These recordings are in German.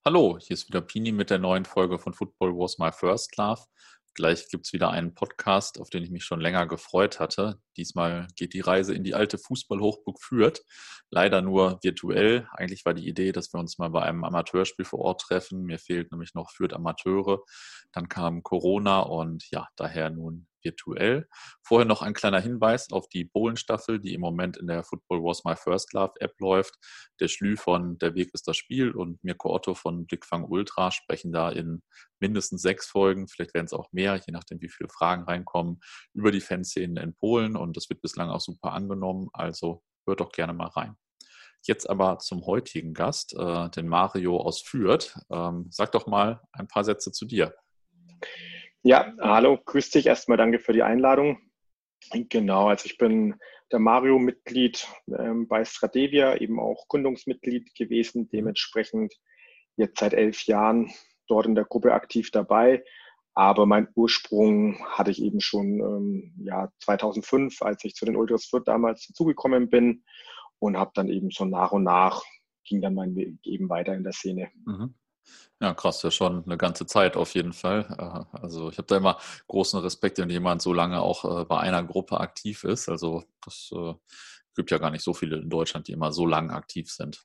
Hallo, hier ist wieder Pini mit der neuen Folge von Football Was My First Love. Gleich gibt es wieder einen Podcast, auf den ich mich schon länger gefreut hatte. Diesmal geht die Reise in die alte Fußballhochburg Fürth. Leider nur virtuell. Eigentlich war die Idee, dass wir uns mal bei einem Amateurspiel vor Ort treffen. Mir fehlt nämlich noch Fürth Amateure. Dann kam Corona und ja, daher nun virtuell. Vorher noch ein kleiner Hinweis auf die Bohlen-Staffel, die im Moment in der Football Was My First Love App läuft. Der Schlü von Der Weg ist das Spiel und Mirko Otto von Blickfang Ultra sprechen da in mindestens 6 Folgen, vielleicht werden es auch mehr, je nachdem, wie viele Fragen reinkommen, über die Fanszenen in Polen und das wird bislang auch super angenommen, also hört doch gerne mal rein. Jetzt aber zum heutigen Gast, den Mario aus Fürth. Sag doch mal ein paar Sätze zu dir. Ja, hallo, grüß dich. Erstmal danke für die Einladung. Genau, also ich bin der Mario, Mitglied bei Stratevia, eben auch Gründungsmitglied gewesen, dementsprechend jetzt seit 11 Jahren dort in der Gruppe aktiv dabei. Aber meinen Ursprung hatte ich eben schon 2005, als ich zu den Ultras Fürth damals dazugekommen bin und habe dann eben so nach und nach ging dann mein Weg eben weiter in der Szene. Mhm. Ja, krass, ja schon eine ganze Zeit auf jeden Fall. Also ich habe da immer großen Respekt, wenn jemand so lange auch bei einer Gruppe aktiv ist. Also das gibt ja gar nicht so viele in Deutschland, die immer so lange aktiv sind.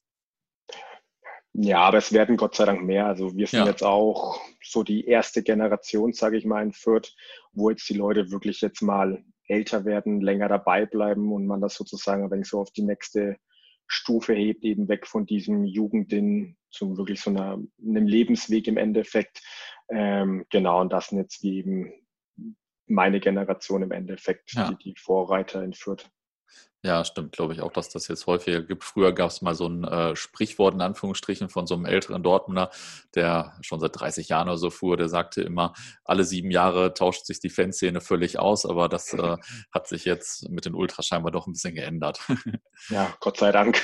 Ja, aber es werden Gott sei Dank mehr. Also wir sind Ja. jetzt auch so die erste Generation, sage ich mal, in Fürth, wo jetzt die Leute wirklich jetzt mal älter werden, länger dabei bleiben und man das sozusagen, wenn ich so auf die nächste Stufe hebt, eben weg von diesem Jugendding zu wirklich so einem Lebensweg im Endeffekt. Genau, und das sind jetzt wie eben meine Generation im Endeffekt, Ja. die Vorreiter in Fürth. Ja, stimmt, glaube ich auch, dass das jetzt häufiger gibt. Früher gab es mal so ein Sprichwort in Anführungsstrichen von so einem älteren Dortmunder, der schon seit 30 Jahren oder so fuhr, der sagte immer, alle 7 Jahre tauscht sich die Fanszene völlig aus, aber das hat sich jetzt mit den Ultras scheinbar doch ein bisschen geändert. Ja, Gott sei Dank.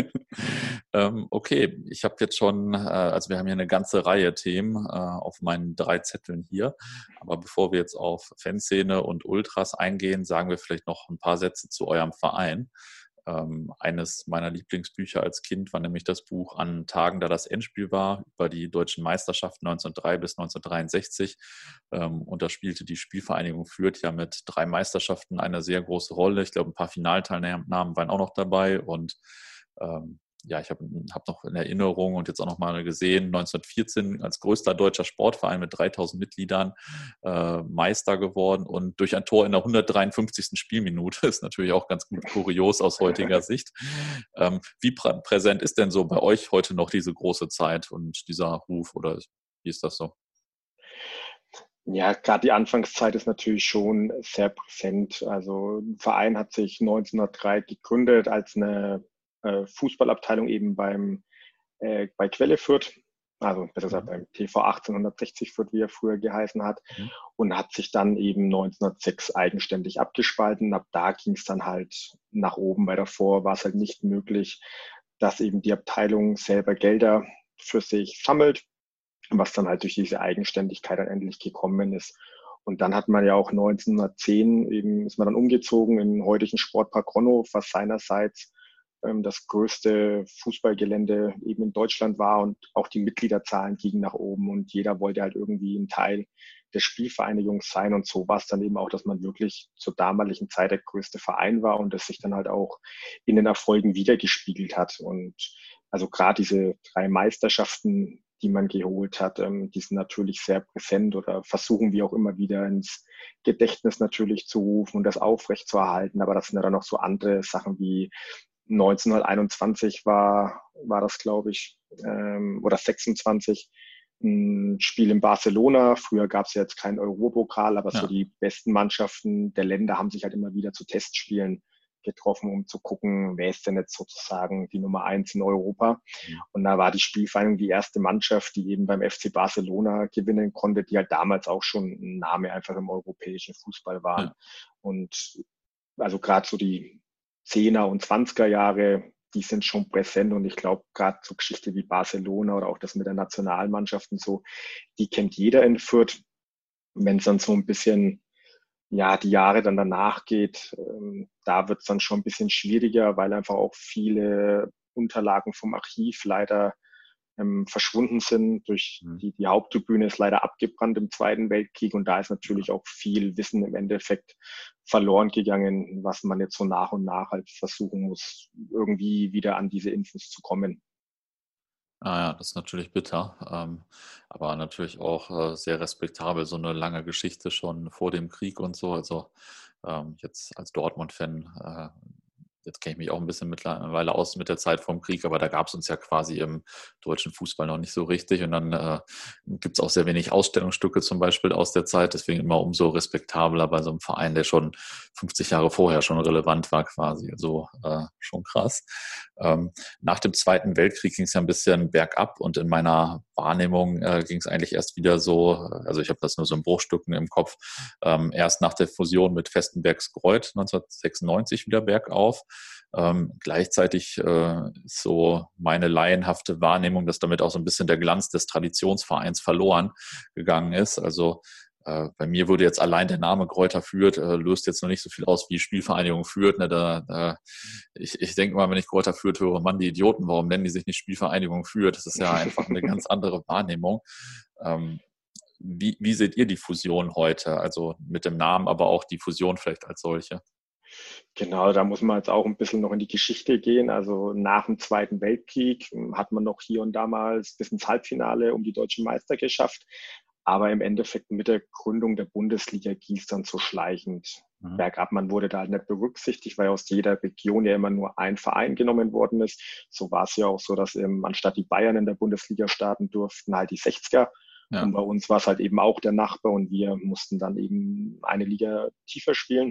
Okay, ich habe jetzt schon, also wir haben hier eine ganze Reihe Themen auf meinen 3 Zetteln hier. Aber bevor wir jetzt auf Fanszene und Ultras eingehen, sagen wir vielleicht noch ein paar Sätze zu eurem Verein. Eines meiner Lieblingsbücher als Kind war nämlich das Buch An Tagen, da das Endspiel war, über die deutschen Meisterschaften 1903 bis 1963. Und da spielte die Spielvereinigung Fürth ja mit 3 Meisterschaften eine sehr große Rolle. Ich glaube, ein paar Finalteilnahmen waren auch noch dabei und ja, ich hab noch in Erinnerung und jetzt auch noch mal gesehen, 1914 als größter deutscher Sportverein mit 3000 Mitgliedern Meister geworden und durch ein Tor in der 153. Spielminute ist natürlich auch ganz gut kurios aus heutiger Sicht. Wie präsent ist denn so bei euch heute noch diese große Zeit und dieser Ruf oder wie ist das so? Ja, gerade die Anfangszeit ist natürlich schon sehr präsent. Also ein Verein hat sich 1903 gegründet als eine Fußballabteilung eben bei Quelle Fürth, also besser gesagt Mhm. beim TV 1860 Fürth, wie er früher geheißen hat, Mhm. und hat sich dann eben 1906 eigenständig abgespalten. Ab da ging es dann halt nach oben, weil davor war es halt nicht möglich, dass eben die Abteilung selber Gelder für sich sammelt, was dann halt durch diese Eigenständigkeit dann endlich gekommen ist. Und dann hat man ja auch 1910 eben, ist man dann umgezogen in den heutigen Sportpark Ronhof, was seinerseits das größte Fußballgelände eben in Deutschland war, und auch die Mitgliederzahlen gingen nach oben und jeder wollte halt irgendwie ein Teil der Spielvereinigung sein, und so war es dann eben auch, dass man wirklich zur damaligen Zeit der größte Verein war und das sich dann halt auch in den Erfolgen wiedergespiegelt hat. Und also gerade diese 3 Meisterschaften, die man geholt hat, die sind natürlich sehr präsent oder versuchen wir auch immer wieder ins Gedächtnis natürlich zu rufen und das aufrechtzuerhalten. Aber das sind ja dann noch so andere Sachen wie 1921 war das, glaube ich, oder 26, ein Spiel in Barcelona. Früher gab es ja jetzt keinen Europapokal, aber so Ja. die besten Mannschaften der Länder haben sich halt immer wieder zu Testspielen getroffen, um zu gucken, wer ist denn jetzt sozusagen die Nummer 1 in Europa. Mhm. Und da war die Spielvereinigung die erste Mannschaft, die eben beim FC Barcelona gewinnen konnte, die halt damals auch schon ein Name einfach im europäischen Fußball waren. Ja. Und also gerade so die 10er und 20er Jahre, die sind schon präsent, und ich glaube, gerade so Geschichte wie Barcelona oder auch das mit der Nationalmannschaft und so, die kennt jeder in Fürth. Wenn es dann so ein bisschen, ja, die Jahre dann danach geht, da wird es dann schon ein bisschen schwieriger, weil einfach auch viele Unterlagen vom Archiv leider verschwunden sind. Durch die Haupttribüne ist leider abgebrannt im Zweiten Weltkrieg und da ist natürlich auch viel Wissen im Endeffekt verloren gegangen, was man jetzt so nach und nach halt versuchen muss, irgendwie wieder an diese Infos zu kommen. Ah ja, das ist natürlich bitter, aber natürlich auch sehr respektabel, so eine lange Geschichte schon vor dem Krieg und so. Also jetzt als Dortmund-Fan, jetzt kenne ich mich auch ein bisschen mittlerweile aus mit der Zeit vom Krieg, aber da gab es uns ja quasi im deutschen Fußball noch nicht so richtig. Und dann gibt es auch sehr wenig Ausstellungsstücke zum Beispiel aus der Zeit, deswegen immer umso respektabler bei so einem Verein, der schon 50 Jahre vorher schon relevant war quasi. Also schon krass. Nach dem Zweiten Weltkrieg ging es ja ein bisschen bergab und in meiner Wahrnehmung ging es eigentlich erst wieder so, also ich habe das nur so in Bruchstücken im Kopf, erst nach der Fusion mit Vestenbergsgreuth 1996 wieder bergauf. Gleichzeitig ist so meine laienhafte Wahrnehmung, dass damit auch so ein bisschen der Glanz des Traditionsvereins verloren gegangen ist. Also bei mir würde jetzt allein der Name Greuther Fürth löst jetzt noch nicht so viel aus wie Spielvereinigung Fürth. Ne? Ich denke mal, wenn ich Greuther Fürth höre, Mann, die Idioten, warum nennen die sich nicht Spielvereinigung Fürth? Das ist ja einfach eine ganz andere Wahrnehmung. Wie seht ihr die Fusion heute? Also mit dem Namen, aber auch die Fusion vielleicht als solche? Genau, da muss man jetzt auch ein bisschen noch in die Geschichte gehen. Also nach dem Zweiten Weltkrieg hat man noch hier und da mal bis ins Halbfinale um die deutschen Meister geschafft. Aber im Endeffekt mit der Gründung der Bundesliga ging es dann so schleichend bergab. Man wurde da halt nicht berücksichtigt, weil aus jeder Region ja immer nur ein Verein genommen worden ist. So war es ja auch so, dass anstatt die Bayern in der Bundesliga starten durften, halt die 60er. Ja. Und bei uns war es halt eben auch der Nachbar und wir mussten dann eben eine Liga tiefer spielen.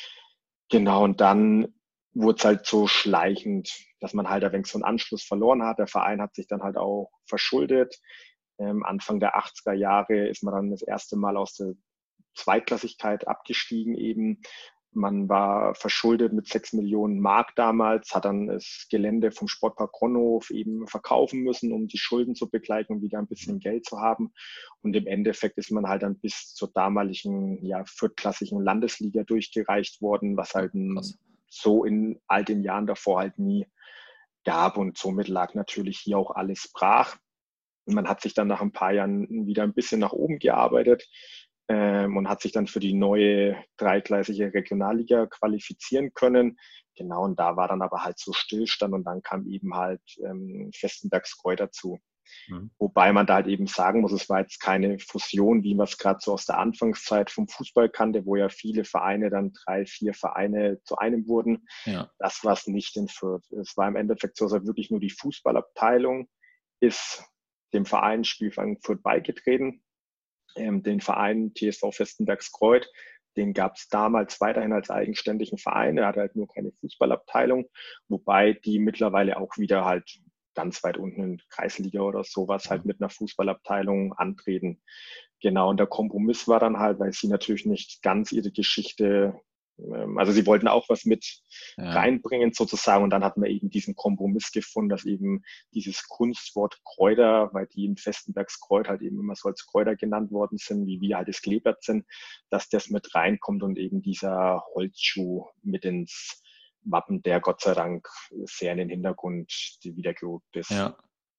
Genau, und dann wurde es halt so schleichend, dass man halt ein wenig so einen Anschluss verloren hat. Der Verein hat sich dann halt auch verschuldet. Anfang der 80er Jahre ist man dann das erste Mal aus der Zweitklassigkeit abgestiegen eben. Man war verschuldet mit 6 Millionen Mark damals, hat dann das Gelände vom Sportpark Kronhof eben verkaufen müssen, um die Schulden zu begleichen und wieder ein bisschen Geld zu haben. Und im Endeffekt ist man halt dann bis zur damaligen, viertklassigen Landesliga durchgereicht worden, was halt so in all den Jahren davor halt nie gab. Und somit lag natürlich hier auch alles brach. Man hat sich dann nach ein paar Jahren wieder ein bisschen nach oben gearbeitet und hat sich dann für die neue dreigleisige Regionalliga qualifizieren können. Genau, und da war dann aber halt so Stillstand und dann kam eben halt Vestenbergsgreuth dazu. Mhm. Wobei man da halt eben sagen muss, es war jetzt keine Fusion, wie man es gerade so aus der Anfangszeit vom Fußball kannte, wo ja viele Vereine dann 3, 4 Vereine zu einem wurden. Ja. Das war es nicht in Fürth. Es war im Endeffekt so, dass wirklich nur die Fußballabteilung ist dem Verein Spielverein Fürth beigetreten. Den Verein TSV Vestenbergsgreuth, den gab es damals weiterhin als eigenständigen Verein. Er hatte halt nur keine Fußballabteilung, wobei die mittlerweile auch wieder halt ganz weit unten in der Kreisliga oder sowas halt mit einer Fußballabteilung antreten. Genau, und der Kompromiss war dann halt, weil sie natürlich nicht ganz ihre Geschichte, also sie wollten auch was mit reinbringen sozusagen und dann hat man eben diesen Kompromiss gefunden, dass eben dieses Kunstwort Kräuter, weil die im Vestenbergsgreuth halt eben immer so als Kräuter genannt worden sind, wie wir halt das Kleeblatt sind, dass das mit reinkommt und eben dieser Holzschuh mit ins Wappen, der Gott sei Dank sehr in den Hintergrund wiedergerückt ist. Ja.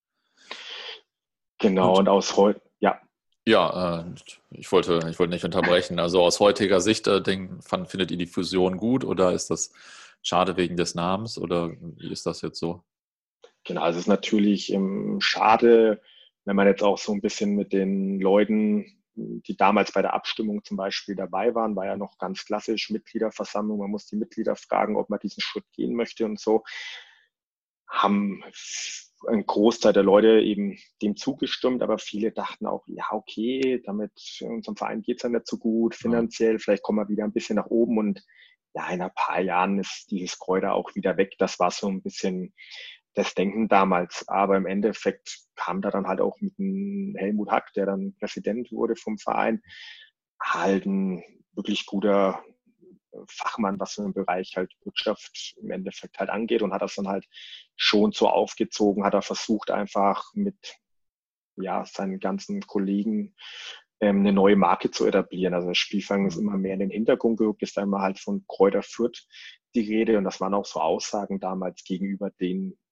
Genau, und aus heute, Ja, ich wollte nicht unterbrechen. Also aus heutiger Sicht findet ihr die Fusion gut oder ist das schade wegen des Namens oder wie ist das jetzt so? Genau, es ist natürlich schade, wenn man jetzt auch so ein bisschen mit den Leuten, die damals bei der Abstimmung zum Beispiel dabei waren, war ja noch ganz klassisch Mitgliederversammlung. Man muss die Mitglieder fragen, ob man diesen Schritt gehen möchte und so. Haben ein Großteil der Leute eben dem zugestimmt, aber viele dachten auch, ja, okay, damit unserem Verein geht es ja nicht so gut finanziell, vielleicht kommen wir wieder ein bisschen nach oben und ja, in ein paar Jahren ist dieses Kräuter auch wieder weg. Das war so ein bisschen das Denken damals. Aber im Endeffekt kam da dann halt auch mit dem Helmut Hack, der dann Präsident wurde vom Verein, halt ein wirklich guter Fachmann, was so im Bereich halt Wirtschaft im Endeffekt halt angeht und hat das dann halt schon so aufgezogen, hat er versucht einfach mit seinen ganzen Kollegen eine neue Marke zu etablieren. Also das Spielfang ist immer mehr in den Hintergrund gerückt, ist da immer halt von Kräuter Fürth die Rede und das waren auch so Aussagen damals gegenüber den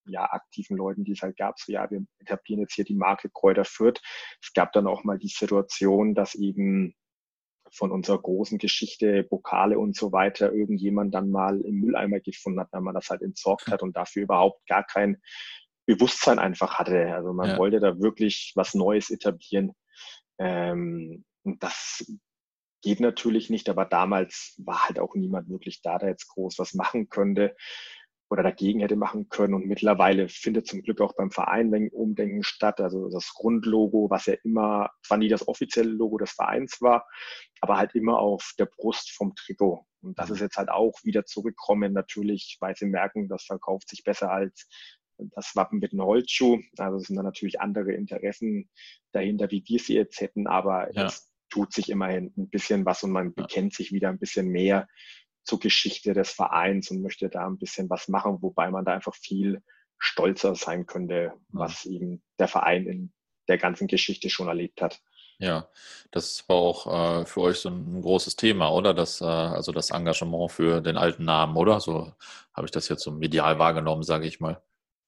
aktiven Leuten, die es halt gab, so ja, wir etablieren jetzt hier die Marke Kräuter Fürth. Es gab dann auch mal die Situation, dass eben von unserer großen Geschichte, Pokale und so weiter, irgendjemand dann mal im Mülleimer gefunden hat, wenn man das halt entsorgt hat und dafür überhaupt gar kein Bewusstsein einfach hatte. Also man wollte da wirklich was Neues etablieren. Und das geht natürlich nicht, aber damals war halt auch niemand wirklich da, der jetzt groß was machen könnte oder dagegen hätte machen können. Und mittlerweile findet zum Glück auch beim Verein ein Umdenken statt. Also das Grundlogo, was ja immer, zwar nie das offizielle Logo des Vereins war, aber halt immer auf der Brust vom Trikot. Und das ist jetzt halt auch wieder zurückkommen, natürlich, weil sie merken, das verkauft sich besser als das Wappen mit einem Holzschuh. Also es sind dann natürlich andere Interessen dahinter, wie wir sie jetzt hätten, aber es tut sich immerhin ein bisschen was und man bekennt sich wieder ein bisschen mehr zur Geschichte des Vereins und möchte da ein bisschen was machen, wobei man da einfach viel stolzer sein könnte, was eben der Verein in der ganzen Geschichte schon erlebt hat. Ja, das war auch für euch so ein großes Thema, oder? Also das Engagement für den alten Namen, oder? So habe ich das jetzt so medial wahrgenommen, sage ich mal.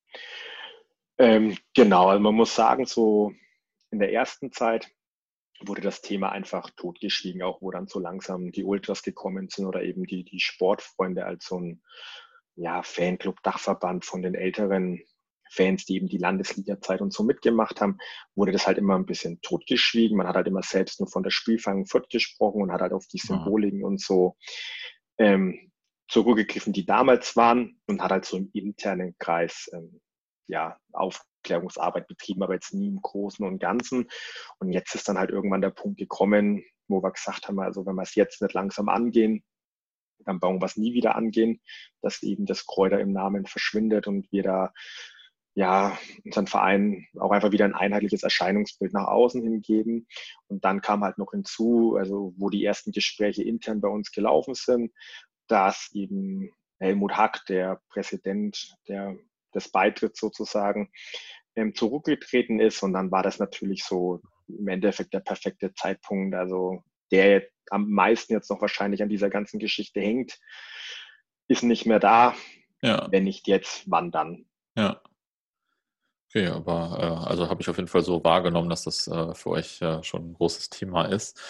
Genau, also man muss sagen, so in der ersten Zeit wurde das Thema einfach totgeschwiegen, auch wo dann so langsam die Ultras gekommen sind oder eben die Sportfreunde als so ein Fanclub-Dachverband von den älteren Fans, die eben die Landesliga-Zeit und so mitgemacht haben, wurde das halt immer ein bisschen totgeschwiegen. Man hat halt immer selbst nur von der Spielvereinigung Fürth gesprochen und hat halt auf die Symboliken und so zurückgegriffen, die damals waren und hat halt so im internen Kreis Aufklärungsarbeit betrieben, aber jetzt nie im Großen und Ganzen. Und jetzt ist dann halt irgendwann der Punkt gekommen, wo wir gesagt haben, also wenn wir es jetzt nicht langsam angehen, dann brauchen wir es nie wieder angehen, dass eben das Kräuter im Namen verschwindet und wir da unseren Verein auch einfach wieder ein einheitliches Erscheinungsbild nach außen hingeben. Und dann kam halt noch hinzu, also wo die ersten Gespräche intern bei uns gelaufen sind, dass eben Helmut Hack, der Präsident des Beitritts sozusagen, zurückgetreten ist. Und dann war das natürlich so im Endeffekt der perfekte Zeitpunkt, also der am meisten jetzt noch wahrscheinlich an dieser ganzen Geschichte hängt, ist nicht mehr da. Ja. Wenn nicht jetzt, wann dann? Ja. Okay, aber also habe ich auf jeden Fall so wahrgenommen, dass das für euch schon ein großes Thema ist.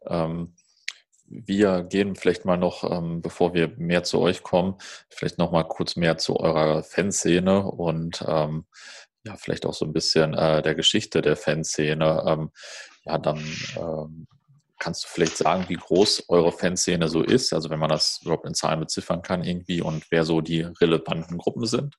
Wir gehen vielleicht mal noch, bevor wir mehr zu euch kommen, vielleicht noch mal kurz mehr zu eurer Fanszene und vielleicht auch so ein bisschen der Geschichte der Fanszene. Dann kannst du vielleicht sagen, wie groß eure Fanszene so ist, also wenn man das überhaupt in Zahlen beziffern kann irgendwie und wer so die relevanten Gruppen sind?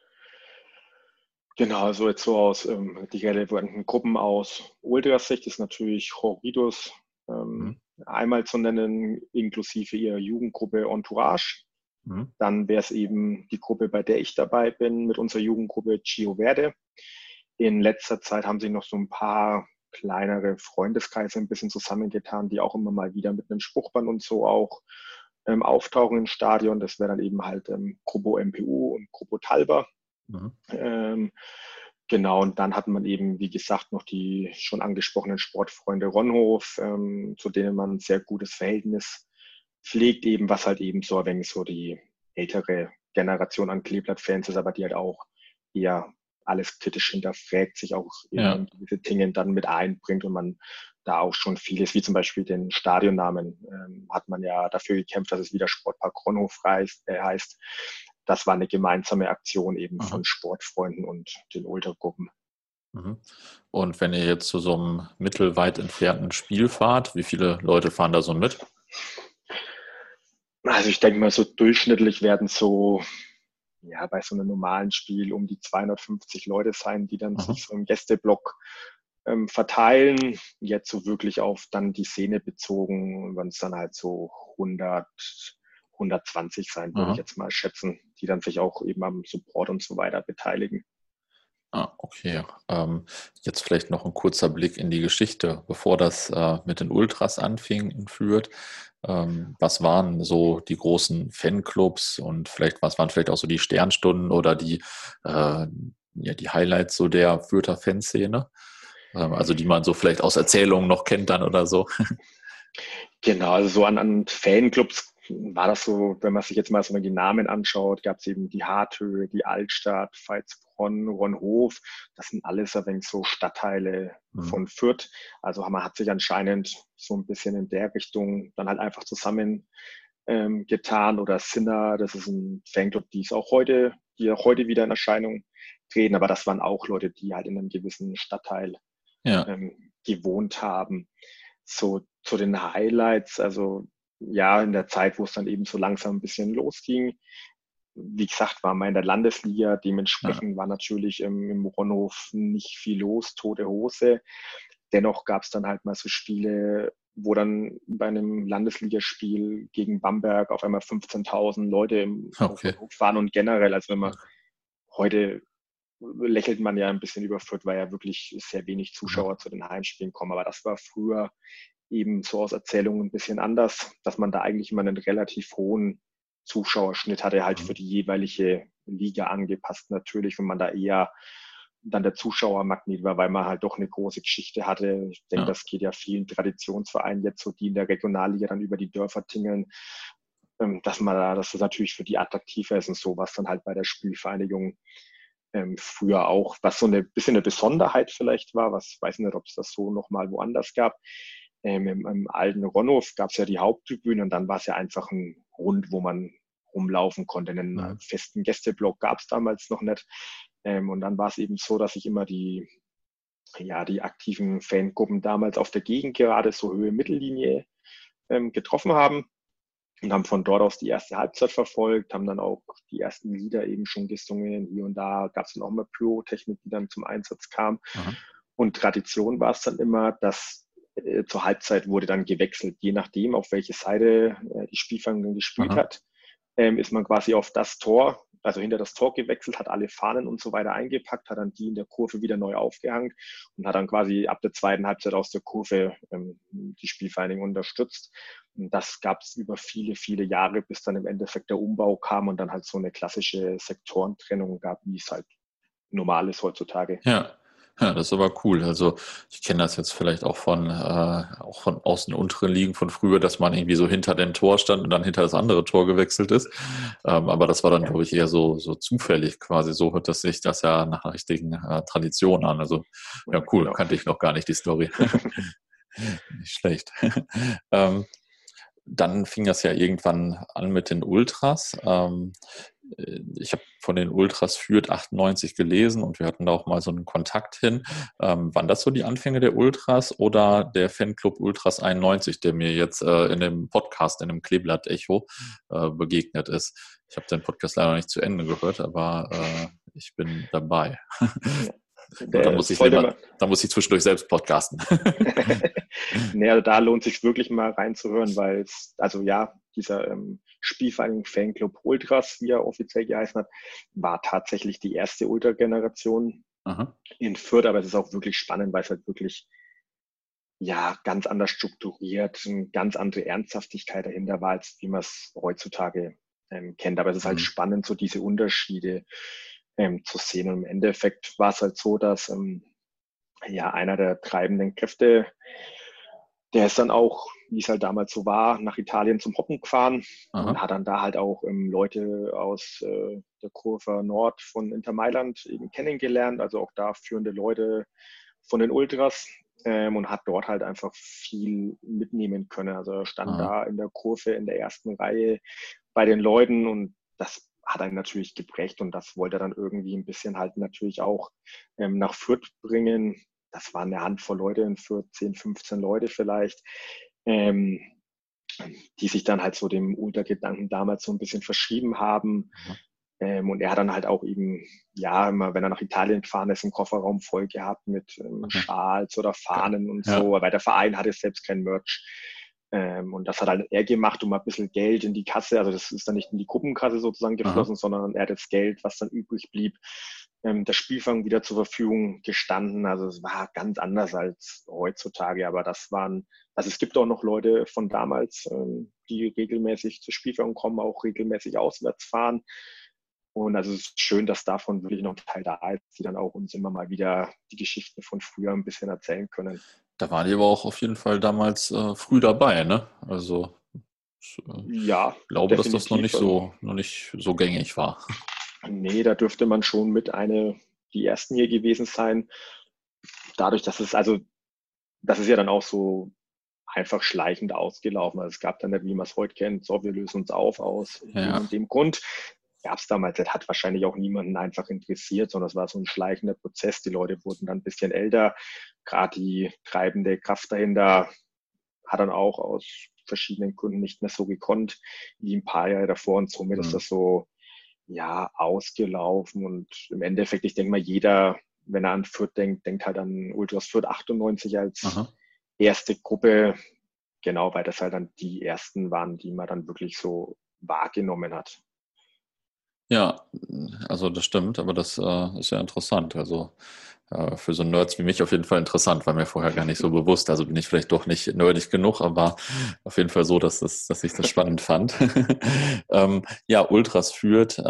Genau, also jetzt so aus die relevanten Gruppen aus Ultras-Sicht ist natürlich Horridus einmal zu nennen, inklusive ihrer Jugendgruppe Entourage. Dann wäre es eben die Gruppe, bei der ich dabei bin, mit unserer Jugendgruppe Chio Verde. In letzter Zeit haben sich noch so ein paar kleinere Freundeskreise ein bisschen zusammengetan, die auch immer mal wieder mit einem Spruchband und so auch auftauchen im Stadion. Das wäre dann eben halt Gruppo MPU und Gruppo Talber. Genau, und dann hat man eben, wie gesagt, noch die schon angesprochenen Sportfreunde Ronhof, zu denen man ein sehr gutes Verhältnis pflegt, eben was halt eben so ein wenig so die ältere Generation an Kleeblatt-Fans ist, aber die halt auch eher alles kritisch hinterfragt, sich auch in gewisse Dinge dann mit einbringt und man da auch schon vieles, wie zum Beispiel den Stadionnamen, hat man ja dafür gekämpft, dass es wieder Sportpark Ronhof heißt. Das war eine gemeinsame Aktion eben von Sportfreunden und den Ultragruppen. Und wenn ihr jetzt zu so einem mittelweit entfernten Spiel fahrt, wie viele Leute fahren da so mit? Also ich denke mal, so durchschnittlich werden so bei so einem normalen Spiel um die 250 Leute sein, die dann sich so im Gästeblock verteilen. Jetzt so wirklich auf dann die Szene bezogen, wenn es dann halt so 120 sein, würde ich jetzt mal schätzen, die dann sich auch eben am Support und so weiter beteiligen. Okay. Jetzt vielleicht noch ein kurzer Blick in die Geschichte, bevor das mit den Ultras anfing in Fürth. Was waren so die großen Fanclubs und was waren vielleicht auch so die Sternstunden oder die Highlights so der Fürther Fanszene? Also die man so vielleicht aus Erzählungen noch kennt dann oder so. Genau, also so an Fanclubs war das so, wenn man sich jetzt mal so die Namen anschaut, gab es eben die Harthöhe, die Altstadt, Veitsbronn, Ronhof. Das sind alles ein wenig so Stadtteile Mhm. von Fürth. Also man hat sich anscheinend so ein bisschen in der Richtung dann halt einfach zusammen getan. Oder Sinner, das ist ein Fanclub, die auch heute wieder in Erscheinung treten. Aber das waren auch Leute, die halt in einem gewissen Stadtteil Ja, gewohnt haben. So zu den Highlights, also ja, in der Zeit, wo es dann eben so langsam ein bisschen losging. Wie gesagt, war man in der Landesliga, ja, dementsprechend war natürlich im Ronhof nicht viel los, tote Hose. Dennoch gab es dann halt mal so Spiele, wo dann bei einem Landesligaspiel gegen Bamberg auf einmal 15.000 Leute im okay. Ronhof waren und generell, also wenn man heute lächelt man ja ein bisschen über Fürth, weil ja wirklich sehr wenig Ja, Zuschauer zu den Heimspielen kommen. Aber das war früher eben so aus Erzählungen ein bisschen anders, dass man da eigentlich immer einen relativ hohen Zuschauerschnitt hatte, halt für mhm. die jeweilige Liga angepasst natürlich, wenn man da eher dann der Zuschauermagnet war, weil man halt doch eine große Geschichte hatte. Ich denke, Ja, das geht ja vielen Traditionsvereinen jetzt so, die in der Regionalliga dann über die Dörfer tingeln, dass das natürlich für die attraktiver ist und so, was dann halt bei der Spielvereinigung früher auch, was so eine bisschen eine Besonderheit vielleicht war, was weiß nicht, ob es das so nochmal woanders gab. Im alten Ronhof gab es ja die Haupttribüne und dann war es ja einfach ein Rund, wo man rumlaufen konnte. Einen mhm. festen Gästeblock gab es damals noch nicht. Und dann war es eben so, dass sich immer die aktiven Fangruppen damals auf der Gegend gerade so Höhe Mittellinie getroffen haben und haben von dort aus die erste Halbzeit verfolgt, haben dann auch die ersten Lieder eben schon gesungen. Hier und da gab es dann auch mal Pyrotechnik, die dann zum Einsatz kam. Aha. Und Tradition war es dann immer, dass zur Halbzeit wurde dann gewechselt, je nachdem, auf welche Seite die Spielvereinigung gespielt Aha. hat, ist man quasi auf das Tor, also hinter das Tor gewechselt, hat alle Fahnen und so weiter eingepackt, hat dann die in der Kurve wieder neu aufgehangen und hat dann quasi ab der zweiten Halbzeit aus der Kurve die Spielvereinigung unterstützt. Und das gab es über viele, viele Jahre, bis dann im Endeffekt der Umbau kam und dann halt so eine klassische Sektorentrennung gab, wie es halt normal ist heutzutage. Ja. Ja, das ist aber cool. Also ich kenne das jetzt vielleicht auch von aus den unteren Ligen von früher, dass man irgendwie so hinter dem Tor stand und dann hinter das andere Tor gewechselt ist. Aber das war dann, glaube ich, eher so zufällig quasi. So hört das sich das ja nach einer richtigen Tradition an. Also ja, cool, Genau. kannte ich noch gar nicht die Story. Nicht schlecht. Ähm, Dann fing das ja irgendwann an mit den Ultras. Ich habe von den Ultras Fürth 98 gelesen und wir hatten da auch mal so einen Kontakt hin. Waren das so die Anfänge der Ultras oder der Fanclub Ultras 91, der mir jetzt in dem Podcast, in dem Kleeblatt Echo begegnet ist? Ich habe den Podcast leider noch nicht zu Ende gehört, aber ich bin dabei. Ja. Nur dann Der muss ich sollte immer, man. dann muss ich zwischendurch selbst podcasten. Naja, da lohnt sich wirklich mal reinzuhören, weil es, also ja, dieser Spielvereinigung Fanclub Ultras, wie er offiziell geheißen hat, war tatsächlich die erste Ultra-Generation Aha. in Fürth, aber es ist auch wirklich spannend, weil es halt wirklich ja ganz anders strukturiert, eine ganz andere Ernsthaftigkeit dahinter war, als wie man es heutzutage kennt. Aber es ist halt Mhm. spannend, so diese Unterschiede zu sehen. Und im Endeffekt war es halt so, dass ja einer der treibenden Kräfte, der ist dann auch, wie es halt damals so war, nach Italien zum Hoppen gefahren und Aha. hat dann da halt auch Leute aus der Kurve Nord von Inter Mailand eben kennengelernt, also auch da führende Leute von den Ultras und hat dort halt einfach viel mitnehmen können. Also er stand Aha. da in der Kurve in der ersten Reihe bei den Leuten und das hat einen natürlich geprägt und das wollte er dann irgendwie ein bisschen halt natürlich auch nach Fürth bringen. Das waren eine Handvoll Leute für 10, 15 Leute vielleicht, ähm, die sich dann halt so dem Ultra-Gedanken damals so ein bisschen verschrieben haben. Aha. Und er hat dann halt auch eben, ja, immer, wenn er nach Italien gefahren ist, einen Kofferraum voll gehabt mit Aha. Schals oder Geil. Fahnen und so, Ja. weil der Verein hatte selbst kein Merch. Und das hat halt er gemacht, um ein bisschen Geld in die Kasse, also das ist dann nicht in die Gruppenkasse sozusagen Aha. geflossen, sondern er hat das Geld, was dann übrig blieb, der Spielfang wieder zur Verfügung gestanden. Also es war ganz anders als heutzutage, aber also es gibt auch noch Leute von damals, die regelmäßig zur Spielfang kommen, auch regelmäßig auswärts fahren. Und also es ist schön, dass davon wirklich noch ein Teil da ist, die dann auch uns immer mal wieder die Geschichten von früher ein bisschen erzählen können. Da waren die aber auch auf jeden Fall damals früh dabei, ne? Also Ich Ja, glaube, dass das definitiv. Also, noch nicht so gängig war. nee, da dürfte man schon mit die ersten hier gewesen sein. Dadurch, das ist ja dann auch so einfach schleichend ausgelaufen. Also es gab dann nicht, wie man es heute kennt, so, wir lösen uns aus dem Ja. und dem Grund. Gab es damals, das hat wahrscheinlich auch niemanden einfach interessiert, sondern es war so ein schleichender Prozess. Die Leute wurden dann ein bisschen älter. Gerade die treibende Kraft dahinter hat dann auch aus verschiedenen Gründen nicht mehr so gekonnt wie ein paar Jahre davor. Und somit ist Mhm. das so, ja, ausgelaufen. Und im Endeffekt, ich denke mal, jeder, wenn er an Fürth denkt, denkt halt an Ultras Fürth 98 als Aha. erste Gruppe. Genau, weil das halt dann die ersten waren, die man dann wirklich so wahrgenommen hat. Ja, also das stimmt, aber das ist ja interessant. Also für so Nerds wie mich auf jeden Fall interessant, war mir vorher gar nicht so bewusst. Also bin ich vielleicht doch nicht nerdig genug, aber auf jeden Fall so, dass ich das spannend fand. Ja, Ultras führt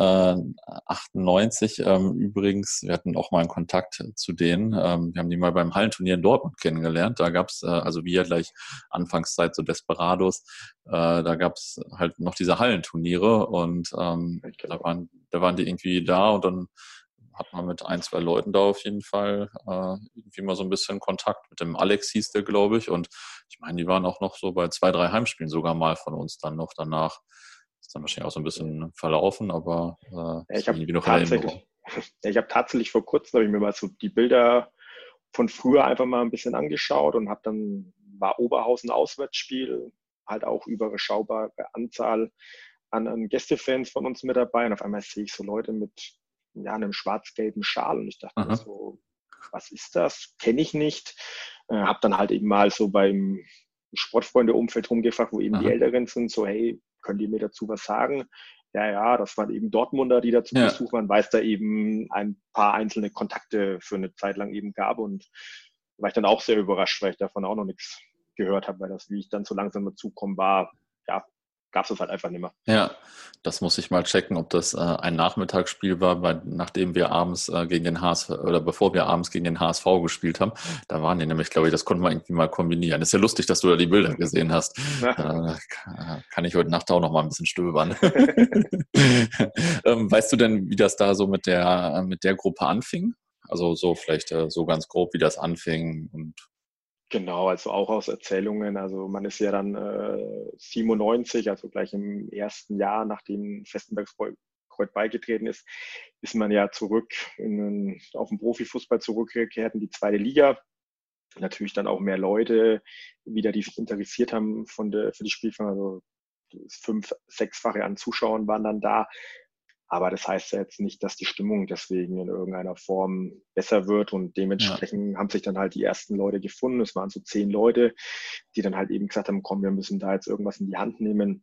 98 übrigens. Wir hatten auch mal einen Kontakt zu denen. Wir haben die mal beim Hallenturnier in Dortmund kennengelernt. Da gab es, also wie ja gleich Anfangszeit so Desperados, da gab es halt noch diese Hallenturniere und Genau. da waren die irgendwie da und dann hat man mit ein, zwei Leuten da auf jeden Fall irgendwie mal so ein bisschen Kontakt. Mit dem Alex hieß der, glaube ich. Und ich meine, die waren auch noch so bei zwei, drei Heimspielen sogar mal von uns dann noch danach. Ist dann wahrscheinlich auch so ein bisschen verlaufen, aber Ja, ist mir irgendwie noch in Erinnerung. ich habe tatsächlich vor kurzem, habe ich mir mal so die Bilder von früher einfach mal ein bisschen angeschaut und war Oberhausen Auswärtsspiel, halt auch überschaubare Anzahl an Gästefans von uns mit dabei. Und auf einmal sehe ich so Leute mit ja, einem schwarz-gelben Schal und ich dachte mir Aha. so, was ist das? Kenne ich nicht. Habe dann halt eben mal so beim Sportfreunde-Umfeld rumgefragt, wo eben die Aha. Älteren sind, so hey, könnt ihr mir dazu was sagen? Ja, ja, das waren eben Dortmunder, die da zu Ja, Besuch waren, weil es da eben ein paar einzelne Kontakte für eine Zeit lang eben gab. Und da war ich dann auch sehr überrascht, weil ich davon auch noch nichts gehört habe, weil das, wie ich dann so langsam dazukommen war, ja, gab es das halt einfach nicht mehr. ja, das muss ich mal checken, ob das ein Nachmittagsspiel war, nachdem wir abends gegen den HSV oder bevor wir abends gegen den HSV gespielt haben. Da waren die nämlich, glaube ich, das konnte man irgendwie mal kombinieren. Ist ja lustig, dass du da die Bilder gesehen hast. Kann ich heute Nacht auch noch mal ein bisschen stöbern. Weißt du denn, wie das da so mit der Gruppe anfing? Also so vielleicht so ganz grob, wie das anfing und Genau, also auch aus Erzählungen. Also man ist ja dann 97, also gleich im ersten Jahr, nachdem Vestenbergskreuz beigetreten ist, ist man ja auf den Profifußball zurückgekehrt in die zweite Liga. Natürlich dann auch mehr Leute wieder, die sich interessiert haben für die Spielfang. Also 5-, 6-fache an Zuschauern waren dann da. Aber das heißt ja jetzt nicht, dass die Stimmung deswegen in irgendeiner Form besser wird. Und ja, dementsprechend haben sich dann halt die ersten Leute gefunden. Es waren so 10 Leute, die dann halt eben gesagt haben, komm, wir müssen da jetzt irgendwas in die Hand nehmen.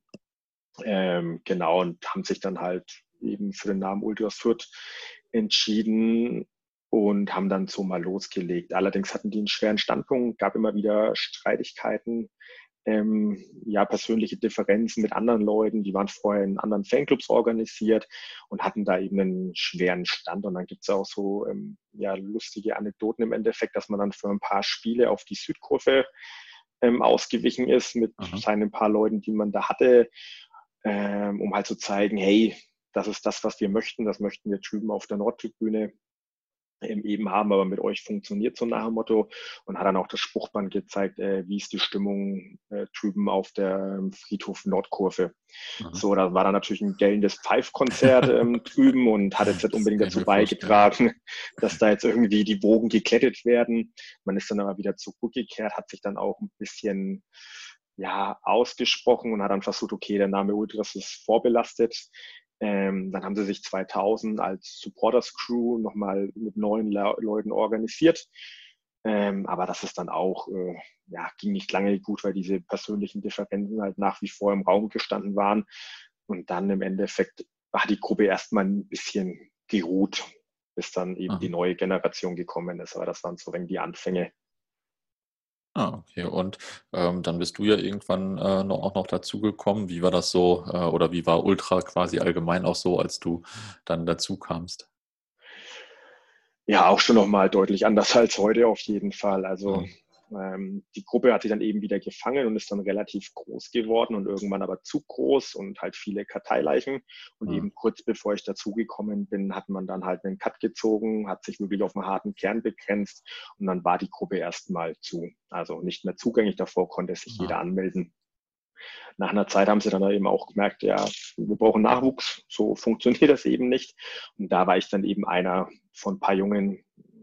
Genau, und haben sich dann halt eben für den Namen Ultras Fürth entschieden und haben dann so mal losgelegt. Allerdings hatten die einen schweren Standpunkt, gab immer wieder Streitigkeiten, ja, persönliche Differenzen mit anderen Leuten, die waren vorher in anderen Fanclubs organisiert und hatten da eben einen schweren Stand. Und dann gibt es auch so ja, lustige Anekdoten im Endeffekt, dass man dann für ein paar Spiele auf die Südkurve ausgewichen ist mit aha, seinen paar Leuten, die man da hatte, um halt zu zeigen, hey, das ist das, was wir möchten, das möchten wir drüben auf der Nordtribüne eben haben, aber mit euch funktioniert so nach dem Motto und hat dann auch das Spruchband gezeigt, wie ist die Stimmung drüben auf der Friedhof Nordkurve. aha. So, da war dann natürlich ein gellendes Pfeifkonzert drüben und hat jetzt nicht Das unbedingt kann ich dazu mir vorstellen. beigetragen, dass da jetzt irgendwie die Wogen geklettet werden. Man ist dann aber wieder zurückgekehrt, hat sich dann auch ein bisschen ja, ausgesprochen und hat dann versucht, okay, der Name Ultras ist vorbelastet. Dann haben sie sich 2000 als Supporters Crew nochmal mit neuen Leuten organisiert. Aber das ist dann auch, ja, ging nicht lange gut, weil diese persönlichen Differenzen halt nach wie vor im Raum gestanden waren. Und dann im Endeffekt war die Gruppe erstmal ein bisschen geruht, bis dann eben die Aha. neue Generation gekommen ist. Aber das waren so wenn die Anfänge. Ah, okay. Und dann bist du ja irgendwann auch noch dazugekommen. Wie war das so, oder wie war Ultra quasi allgemein auch so, als du dann dazu kamst? Ja, auch schon nochmal deutlich anders als heute auf jeden Fall. Also Mhm. Die Gruppe hat sich dann eben wieder gefangen und ist dann relativ groß geworden und irgendwann aber zu groß und halt viele Karteileichen. Und eben kurz bevor ich dazugekommen bin, hat man dann halt einen Cut gezogen, hat sich wirklich auf einen harten Kern begrenzt und dann war die Gruppe erstmal zu. Also nicht mehr zugänglich, davor konnte sich jeder anmelden. Nach einer Zeit haben sie dann eben auch gemerkt, ja, wir brauchen Nachwuchs, so funktioniert das eben nicht. Und da war ich dann eben einer von ein paar Jungen,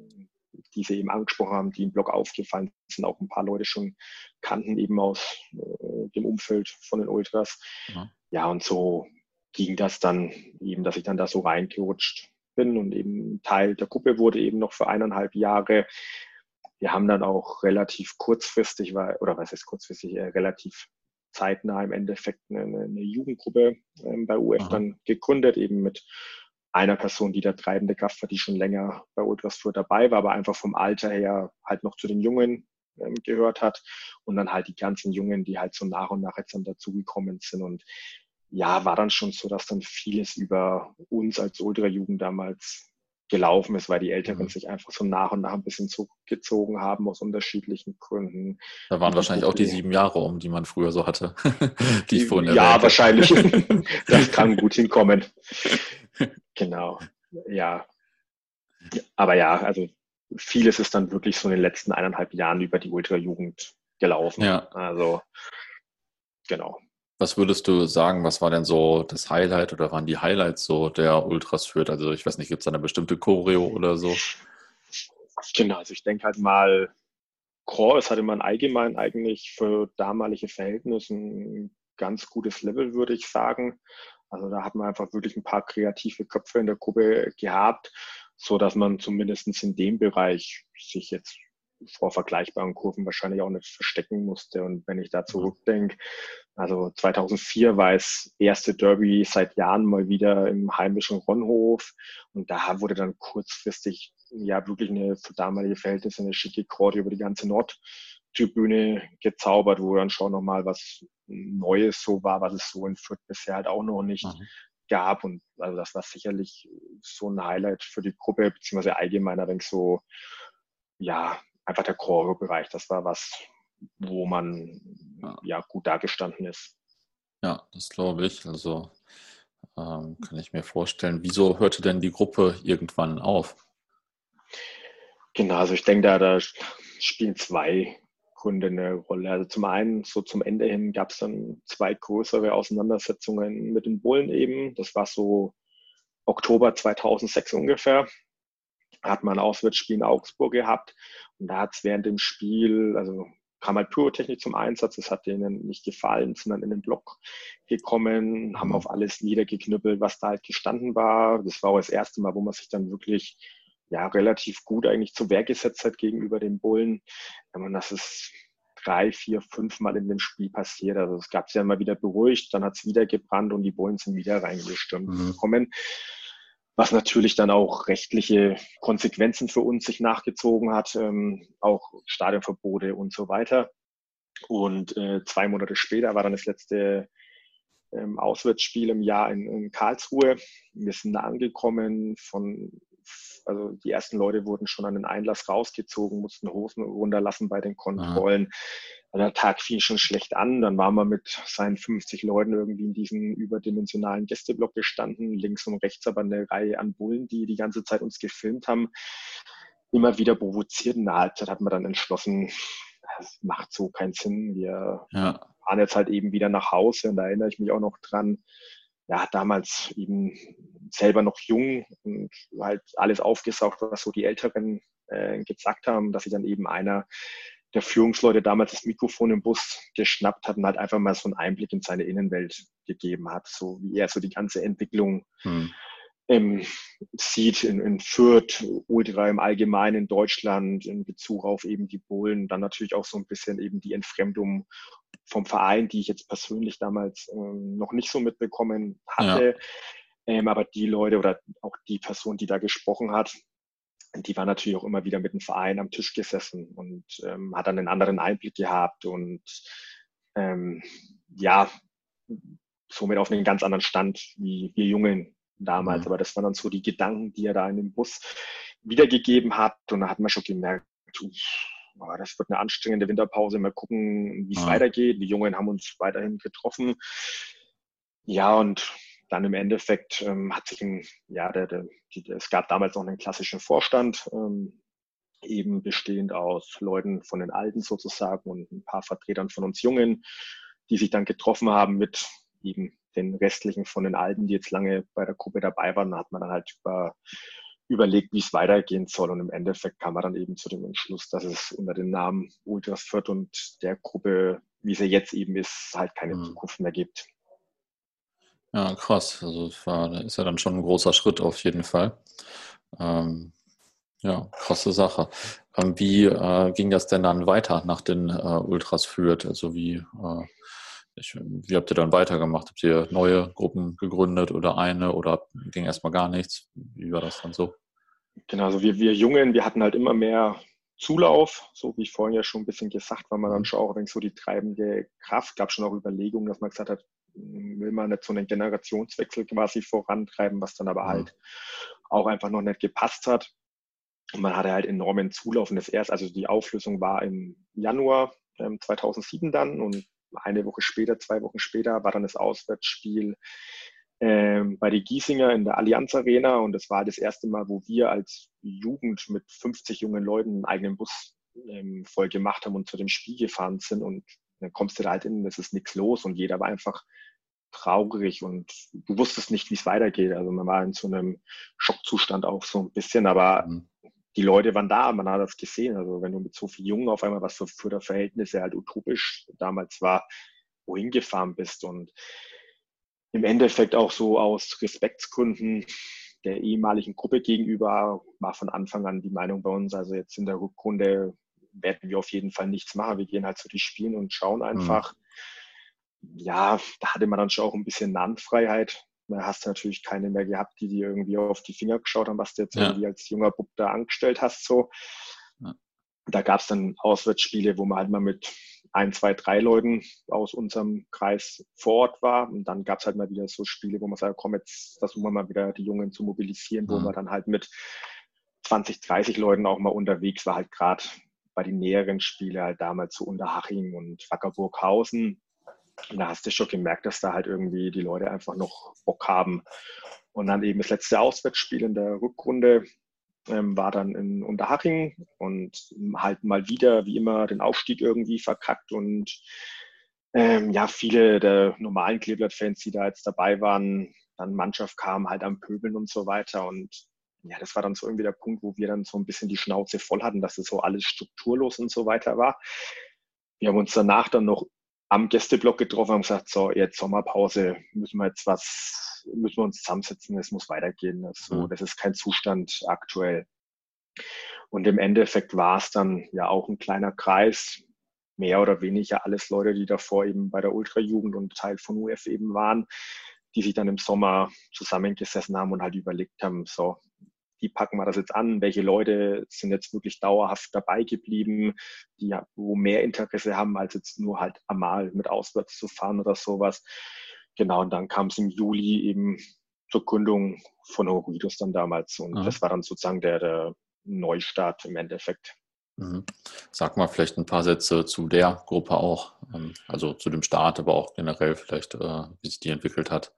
die sie eben angesprochen haben, die im Blog aufgefallen sind, auch ein paar Leute schon kannten eben aus dem Umfeld von den Ultras. Ja, und so ging das dann eben, dass ich dann da so reingerutscht bin und eben Teil der Gruppe wurde eben noch für 1,5 Jahre. Wir haben dann auch relativ kurzfristig, oder was heißt kurzfristig, relativ zeitnah im Endeffekt eine Jugendgruppe bei UF dann gegründet, eben mit einer Person, die der treibende Kraft war, die schon länger bei Ultras Fürth dabei war, aber einfach vom Alter her halt noch zu den Jungen gehört hat und dann halt die ganzen Jungen, die halt so nach und nach jetzt dann dazugekommen sind und ja, war dann schon so, dass dann vieles über uns als Ultra-Jugend damals gelaufen ist, weil die Älteren sich einfach so nach und nach ein bisschen zurückgezogen haben aus unterschiedlichen Gründen. Da waren wahrscheinlich auch die 7 Jahre die man früher so hatte, die ich vorhin erwähnt habe. Ja, wahrscheinlich. Das habe. kann gut hinkommen. Genau, ja. Aber ja, also vieles ist dann wirklich so in den letzten 1,5 Jahren über die Ultra-Jugend gelaufen. Ja. Also, genau. Was würdest du sagen, was war denn so das Highlight oder waren die Highlights so der Ultras Fürth? Also ich weiß nicht, gibt es da eine bestimmte Choreo oder so? Genau, also ich denke halt mal, Chorus hatte man allgemein eigentlich für damalige Verhältnisse ein ganz gutes Level, würde ich sagen. Also da hat man einfach wirklich ein paar kreative Köpfe in der Gruppe gehabt, so dass man zumindest in dem Bereich sich jetzt vor vergleichbaren Kurven wahrscheinlich auch nicht verstecken musste. Und wenn ich da zurückdenke, also 2004 war es erste Derby seit Jahren mal wieder im heimischen Ronhof. Und da wurde dann kurzfristig ja wirklich eine für damalige Verhältnisse eine schicke Choreo über die ganze Nordtribüne gezaubert, wo dann schon nochmal was Neues so war, was es so in Fürth bisher halt auch noch nicht gab. Und also das war sicherlich so ein Highlight für die Gruppe, beziehungsweise allgemein, denke ich so, ja, einfach der Choreo-Bereich. Das war was, wo man ja gut dagestanden ist. Ja, das glaube ich. Also kann ich mir vorstellen. Wieso hörte denn die Gruppe irgendwann auf? Genau, also ich denke, da spielen 2 Gründe eine Rolle. Also zum einen, so zum Ende hin gab es dann 2 größere Auseinandersetzungen mit den Bullen eben. Das war so Oktober 2006 ungefähr. Hat man ein Auswärtsspiel in Augsburg gehabt und da hat es während dem Spiel, also kam halt Pyrotechnik zum Einsatz, das hat denen nicht gefallen, sind dann in den Block gekommen, haben auf alles niedergeknüppelt, was da halt gestanden war. Das war auch das erste Mal, wo man sich dann wirklich ja relativ gut eigentlich zur Wehr gesetzt hat gegenüber den Bullen. Und das ist 3, 4, 5 Mal in dem Spiel passiert. Also es gab es ja immer wieder beruhigt, dann hat es wieder gebrannt und die Bullen sind wieder reingestürmt gekommen. Was natürlich dann auch rechtliche Konsequenzen für uns sich nachgezogen hat, auch Stadionverbote und so weiter. Und 2 Monate später war dann das letzte Auswärtsspiel im Jahr in Karlsruhe. Wir sind da angekommen, also die ersten Leute wurden schon an den Einlass rausgezogen, mussten Hosen runterlassen bei den Kontrollen. Der Tag fing schon schlecht an. Dann waren wir mit seinen 50 Leuten irgendwie in diesem überdimensionalen Gästeblock gestanden. Links und rechts aber eine Reihe an Bullen, die die ganze Zeit uns gefilmt haben. Immer wieder provoziert. In der Halbzeit hat man dann entschlossen, das macht so keinen Sinn. Wir fahren jetzt halt eben wieder nach Hause. Und da erinnere ich mich auch noch dran. Ja, damals eben selber noch jung und halt alles aufgesaugt, was so die Älteren gesagt haben, dass sich dann eben einer der Führungsleute damals das Mikrofon im Bus geschnappt hat und halt einfach mal so einen Einblick in seine Innenwelt gegeben hat, so wie er so die ganze Entwicklung sieht in Fürth, Ultra im Allgemeinen in Deutschland, in Bezug auf eben die Bullen, dann natürlich auch so ein bisschen eben die Entfremdung vom Verein, die ich jetzt persönlich damals noch nicht so mitbekommen hatte. Aber die Leute oder auch die Person, die da gesprochen hat, die war natürlich auch immer wieder mit dem Verein am Tisch gesessen und hat dann einen anderen Einblick gehabt und ja, somit auf einen ganz anderen Stand wie wir Jungen damals. Aber das waren dann so die Gedanken, die er da in dem Bus wiedergegeben hat. Und da hat man schon gemerkt, das wird eine anstrengende Winterpause, mal gucken, wie es Ah, weitergeht. Die Jungen haben uns weiterhin getroffen. Ja, und dann im Endeffekt hat sich es gab damals noch einen klassischen Vorstand, eben bestehend aus Leuten von den Alten sozusagen und ein paar Vertretern von uns Jungen, die sich dann getroffen haben mit eben den restlichen von den Alten, die jetzt lange bei der Gruppe dabei waren. Da hat man dann halt überlegt, wie es weitergehen soll. Und im Endeffekt kam man dann eben zu dem Entschluss, dass es unter dem Namen Ultras Fürth und der Gruppe, wie sie jetzt eben ist, halt keine hm. Zukunft mehr gibt. Ja, krass. Also das ist ja dann schon ein großer Schritt auf jeden Fall. Ähm, ja, krasse Sache. Wie ging das denn dann weiter nach den Ultras Fürth? Also wie habt ihr dann weitergemacht? Habt ihr neue Gruppen gegründet oder eine oder ging erstmal gar nichts? Wie war das dann so? Genau, also wir Jungen, wir hatten halt immer mehr Zulauf, so wie ich vorhin ja schon ein bisschen gesagt, war man dann Mhm. schon auch so die treibende Kraft. Gab schon auch Überlegungen, dass man gesagt hat, will man nicht so einen Generationswechsel quasi vorantreiben, was dann aber Mhm. halt auch einfach noch nicht gepasst hat. Und man hatte halt enormen Zulauf. Und also die Auflösung war im Januar 2007 dann und eine Woche später, 2 Wochen später war dann das Auswärtsspiel bei die Giesinger in der Allianz Arena und das war halt das erste Mal, wo wir als Jugend mit 50 jungen Leuten einen eigenen Bus voll gemacht haben und zu dem Spiel gefahren sind und dann kommst du da halt hin, es ist nichts los und jeder war einfach traurig und du wusstest nicht, wie es weitergeht. Also man war in so einem Schockzustand auch so ein bisschen, aber Mhm. die Leute waren da, man hat das gesehen. Also wenn du mit so vielen Jungen auf einmal, was für der Verhältnisse halt utopisch damals war, wohin gefahren bist und im Endeffekt auch so aus Respektsgründen der ehemaligen Gruppe gegenüber war von Anfang an die Meinung bei uns, also jetzt in der Rückrunde werden wir auf jeden Fall nichts machen. Wir gehen halt zu den Spielen und schauen Mhm. einfach. Ja, da hatte man dann schon auch ein bisschen Narrenfreiheit. Da hast du natürlich keine mehr gehabt, die dir irgendwie auf die Finger geschaut haben, was du jetzt Ja. irgendwie als junger Bub da angestellt hast. So. Ja. Da gab es dann Auswärtsspiele, wo man halt mal mit ein, zwei, drei Leuten aus unserem Kreis vor Ort war. Und dann gab es halt mal wieder so Spiele, wo man sagt, komm, jetzt versuchen wir mal wieder die Jungen zu mobilisieren, wo man Mhm. dann halt mit 20, 30 Leuten auch mal unterwegs war, halt gerade bei den näheren Spielen halt damals zu Unterhaching und Wackerburghausen. Und da hast du schon gemerkt, dass da halt irgendwie die Leute einfach noch Bock haben. Und dann eben das letzte Auswärtsspiel in der Rückrunde war dann in Unterhaching und halt mal wieder, wie immer, den Aufstieg irgendwie verkackt und ja, viele der normalen Kleeblatt-Fans, die da jetzt dabei waren, dann Mannschaft kam halt am Pöbeln und so weiter und ja, das war dann so irgendwie der Punkt, wo wir dann so ein bisschen die Schnauze voll hatten, dass es so alles strukturlos und so weiter war. Wir haben uns danach dann noch am Gästeblock getroffen und gesagt, so, jetzt Sommerpause, müssen wir uns zusammensetzen, es muss weitergehen. Mhm. Das ist kein Zustand aktuell. Und im Endeffekt war es dann ja auch ein kleiner Kreis, mehr oder weniger alles Leute, die davor eben bei der Ultrajugend und Teil von UF eben waren, die sich dann im Sommer zusammengesessen haben und halt überlegt haben, so, wie packen wir das jetzt an? Welche Leute sind jetzt wirklich dauerhaft dabei geblieben, die ja, wo mehr Interesse haben, als jetzt nur halt einmal mit auswärts zu fahren oder sowas. Genau, und dann kam es im Juli eben zur Gründung von Horridus dann damals. Und Ja. das war dann sozusagen der Neustart im Endeffekt. Mhm. Sag mal vielleicht ein paar Sätze zu der Gruppe auch, also zu dem Start, aber auch generell vielleicht, wie sich die entwickelt hat.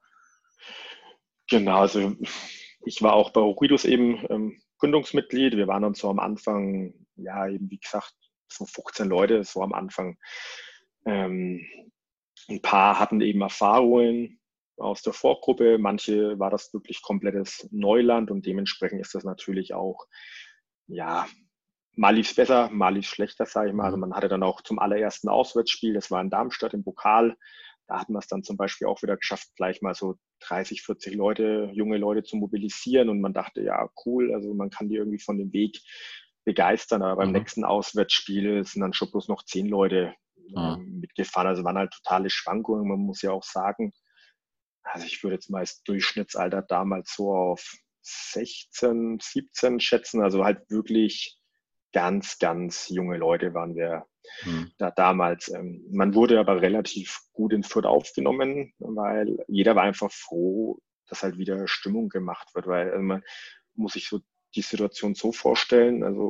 Genau, also ich war auch bei Horridus eben Gründungsmitglied. Wir waren dann so am Anfang, ja, eben wie gesagt, so 15 Leute, so am Anfang. Ähm, ein paar hatten eben Erfahrungen aus der Vorgruppe, manche war das wirklich komplettes Neuland und dementsprechend ist das natürlich auch, ja, mal lief es besser, mal lief es schlechter, sage ich mal. Also Mhm. man hatte dann auch zum allerersten Auswärtsspiel, das war in Darmstadt im Pokal, da hatten wir es dann zum Beispiel auch wieder geschafft, gleich mal so 30, 40 Leute, junge Leute zu mobilisieren und man dachte, ja, cool, also man kann die irgendwie von dem Weg begeistern, aber beim Mhm. nächsten Auswärtsspiel sind dann schon bloß noch 10 Leute Ja. mitgefahren. Also waren halt totale Schwankungen. Man muss ja auch sagen, also ich würde jetzt mal das Durchschnittsalter damals so auf 16, 17 schätzen. Also halt wirklich ganz, ganz junge Leute waren wir Mhm. da damals. Man wurde aber relativ gut in Fürth aufgenommen, weil jeder war einfach froh, dass halt wieder Stimmung gemacht wird, weil man muss sich so die Situation so vorstellen. Also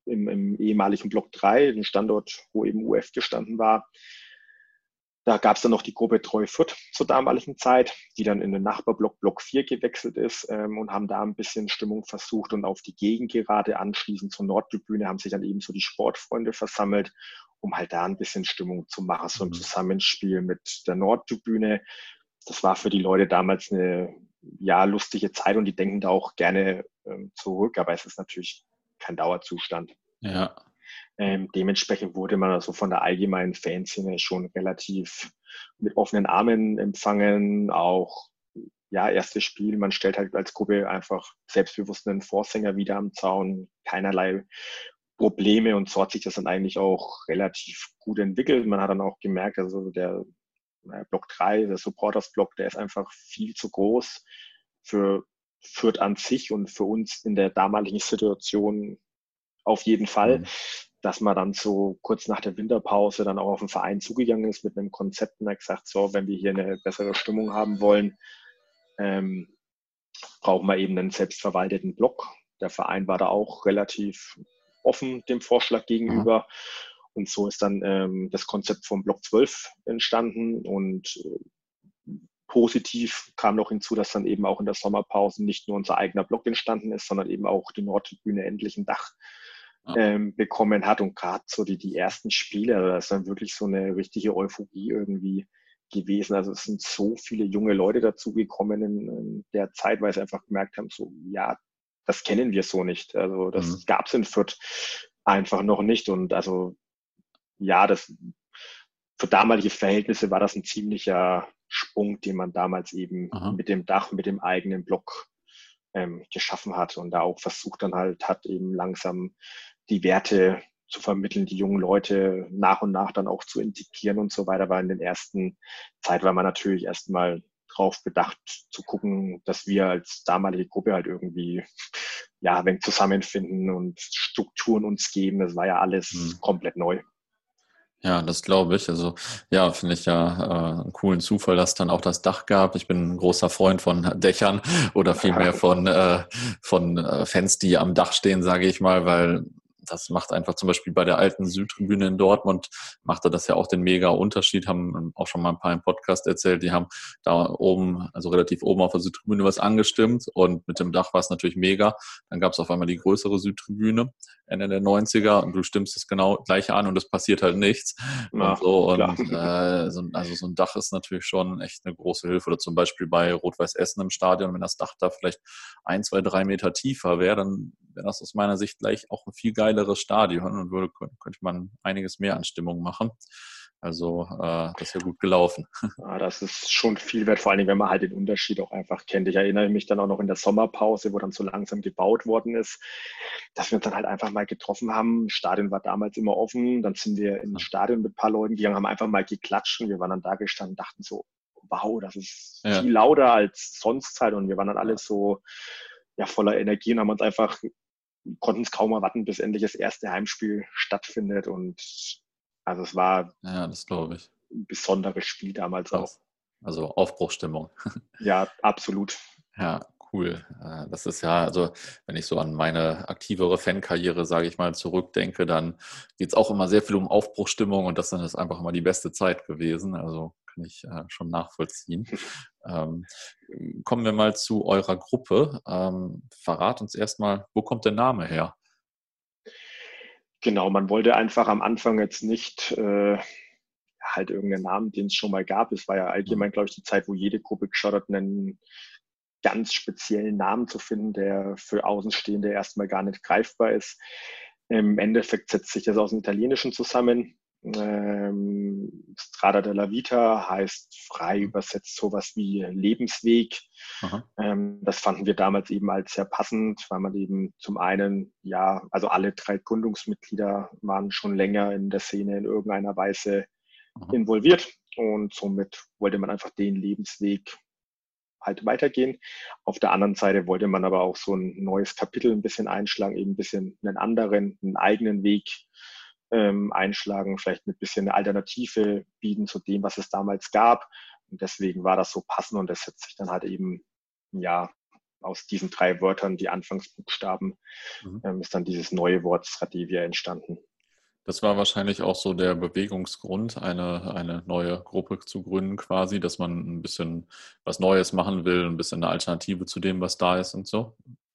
im ehemaligen Block 3, den Standort, wo eben UF gestanden war. Da gab es dann noch die Gruppe Treu Fürth zur damaligen Zeit, die dann in den Nachbarblock Block 4 gewechselt ist und haben da ein bisschen Stimmung versucht. Und auf die Gegengerade anschließend zur Nordtribüne haben sich dann eben so die Sportfreunde versammelt, um halt da ein bisschen Stimmung zu machen, so im Zusammenspiel mit der Nordtribüne. Das war für die Leute damals eine lustige Zeit und die denken da auch gerne zurück, aber es ist natürlich kein Dauerzustand. Ja. Dementsprechend wurde man also von der allgemeinen Fanszene schon relativ mit offenen Armen empfangen. Auch erstes Spiel, man stellt halt als Gruppe einfach selbstbewusst einen Vorsänger wieder am Zaun, keinerlei Probleme, und so hat sich das dann eigentlich auch relativ gut entwickelt. Man hat dann auch gemerkt, also der Block 3, der Supporters-Block, der ist einfach viel zu groß für Fürth an sich und für uns in der damaligen Situation auf jeden Fall, dass man dann so kurz nach der Winterpause dann auch auf den Verein zugegangen ist mit einem Konzept und hat gesagt, so, wenn wir hier eine bessere Stimmung haben wollen, brauchen wir eben einen selbstverwalteten Block. Der Verein war da auch relativ offen dem Vorschlag gegenüber. Und so ist dann das Konzept vom Block 12 entstanden. Und positiv kam noch hinzu, dass dann eben auch in der Sommerpause nicht nur unser eigener Block entstanden ist, sondern eben auch die Nordtribüne endlich ein Dach bekommen hat. Und gerade so die ersten Spiele, das ist dann wirklich so eine richtige Euphorie irgendwie gewesen. Also es sind so viele junge Leute dazugekommen in der Zeit, weil sie einfach gemerkt haben, so, ja, das kennen wir so nicht. Also das gab es in Fürth einfach noch nicht. Und also das für damalige Verhältnisse war das ein ziemlicher Sprung, den man damals eben mit dem Dach, mit dem eigenen Block geschaffen hat und da auch versucht dann halt hat, eben langsam die Werte zu vermitteln, die jungen Leute nach und nach dann auch zu integrieren und so weiter. Weil in den ersten Zeit war man natürlich erstmal drauf bedacht zu gucken, dass wir als damalige Gruppe halt irgendwie ein wenig zusammenfinden und Strukturen uns geben. Das war ja alles komplett neu. Ja, das glaube ich. Also ja, finde ich einen coolen Zufall, dass dann auch das Dach gab. Ich bin ein großer Freund von Dächern oder vielmehr von Fans, die am Dach stehen, sage ich mal, weil das macht einfach zum Beispiel bei der alten Südtribüne in Dortmund, machte das ja auch den mega Unterschied, haben auch schon mal ein paar im Podcast erzählt, die haben da oben, also relativ oben auf der Südtribüne was angestimmt und mit dem Dach war es natürlich mega. Dann gab es auf einmal die größere Südtribüne Ende der 90er und du stimmst es genau gleich an und es passiert halt nichts. Und so ein Dach ist natürlich schon echt eine große Hilfe. Oder zum Beispiel bei Rot-Weiß Essen im Stadion, wenn das Dach da vielleicht 1, 2, 3 Meter tiefer wäre, dann wäre das aus meiner Sicht gleich auch ein viel geileres Stadion und könnte man einiges mehr an Stimmung machen. Also das ist ja gut gelaufen. Ja, das ist schon viel wert, vor allem wenn man halt den Unterschied auch einfach kennt. Ich erinnere mich dann auch noch in der Sommerpause, wo dann so langsam gebaut worden ist, dass wir uns dann halt einfach mal getroffen haben. Das Stadion war damals immer offen. Dann sind wir ins Stadion mit ein paar Leuten gegangen, haben einfach mal geklatscht und wir waren dann da gestanden und dachten so, wow, das ist viel lauter als sonst halt. Und wir waren dann alle so voller Energie und haben uns einfach, konnten es kaum erwarten, bis endlich das erste Heimspiel stattfindet. Und also es war das glaube ich. ein besonderes Spiel damals auch. Also Aufbruchsstimmung. Ja, absolut. Ja, cool. Das ist ja, also wenn ich so an meine aktivere Fankarriere, sage ich mal, zurückdenke, dann geht es auch immer sehr viel um Aufbruchsstimmung und das dann ist einfach immer die beste Zeit gewesen. Also kann ich schon nachvollziehen. Kommen wir mal zu eurer Gruppe. Verrat uns erstmal, wo kommt der Name her? Genau, man wollte einfach am Anfang jetzt nicht halt irgendeinen Namen, den es schon mal gab. Es war ja allgemein, glaube ich, die Zeit, wo jede Gruppe geschaut hat, einen ganz speziellen Namen zu finden, der für Außenstehende erstmal gar nicht greifbar ist. Im Endeffekt setzt sich das aus dem Italienischen zusammen. Strada della Vita heißt frei übersetzt sowas wie Lebensweg. Das fanden wir damals eben als sehr passend, weil man eben zum einen, also alle 3 Gründungsmitglieder waren schon länger in der Szene in irgendeiner Weise involviert und somit wollte man einfach den Lebensweg halt weitergehen. Auf der anderen Seite wollte man aber auch so ein neues Kapitel ein bisschen einschlagen, eben ein bisschen einen eigenen Weg einschlagen, vielleicht mit ein bisschen eine Alternative bieten zu dem, was es damals gab. Und deswegen war das so passend und das setzt sich dann halt eben, aus diesen 3 Wörtern, die Anfangsbuchstaben, ist dann dieses neue Wort Stratevia entstanden. Das war wahrscheinlich auch so der Bewegungsgrund, eine neue Gruppe zu gründen quasi, dass man ein bisschen was Neues machen will, ein bisschen eine Alternative zu dem, was da ist und so.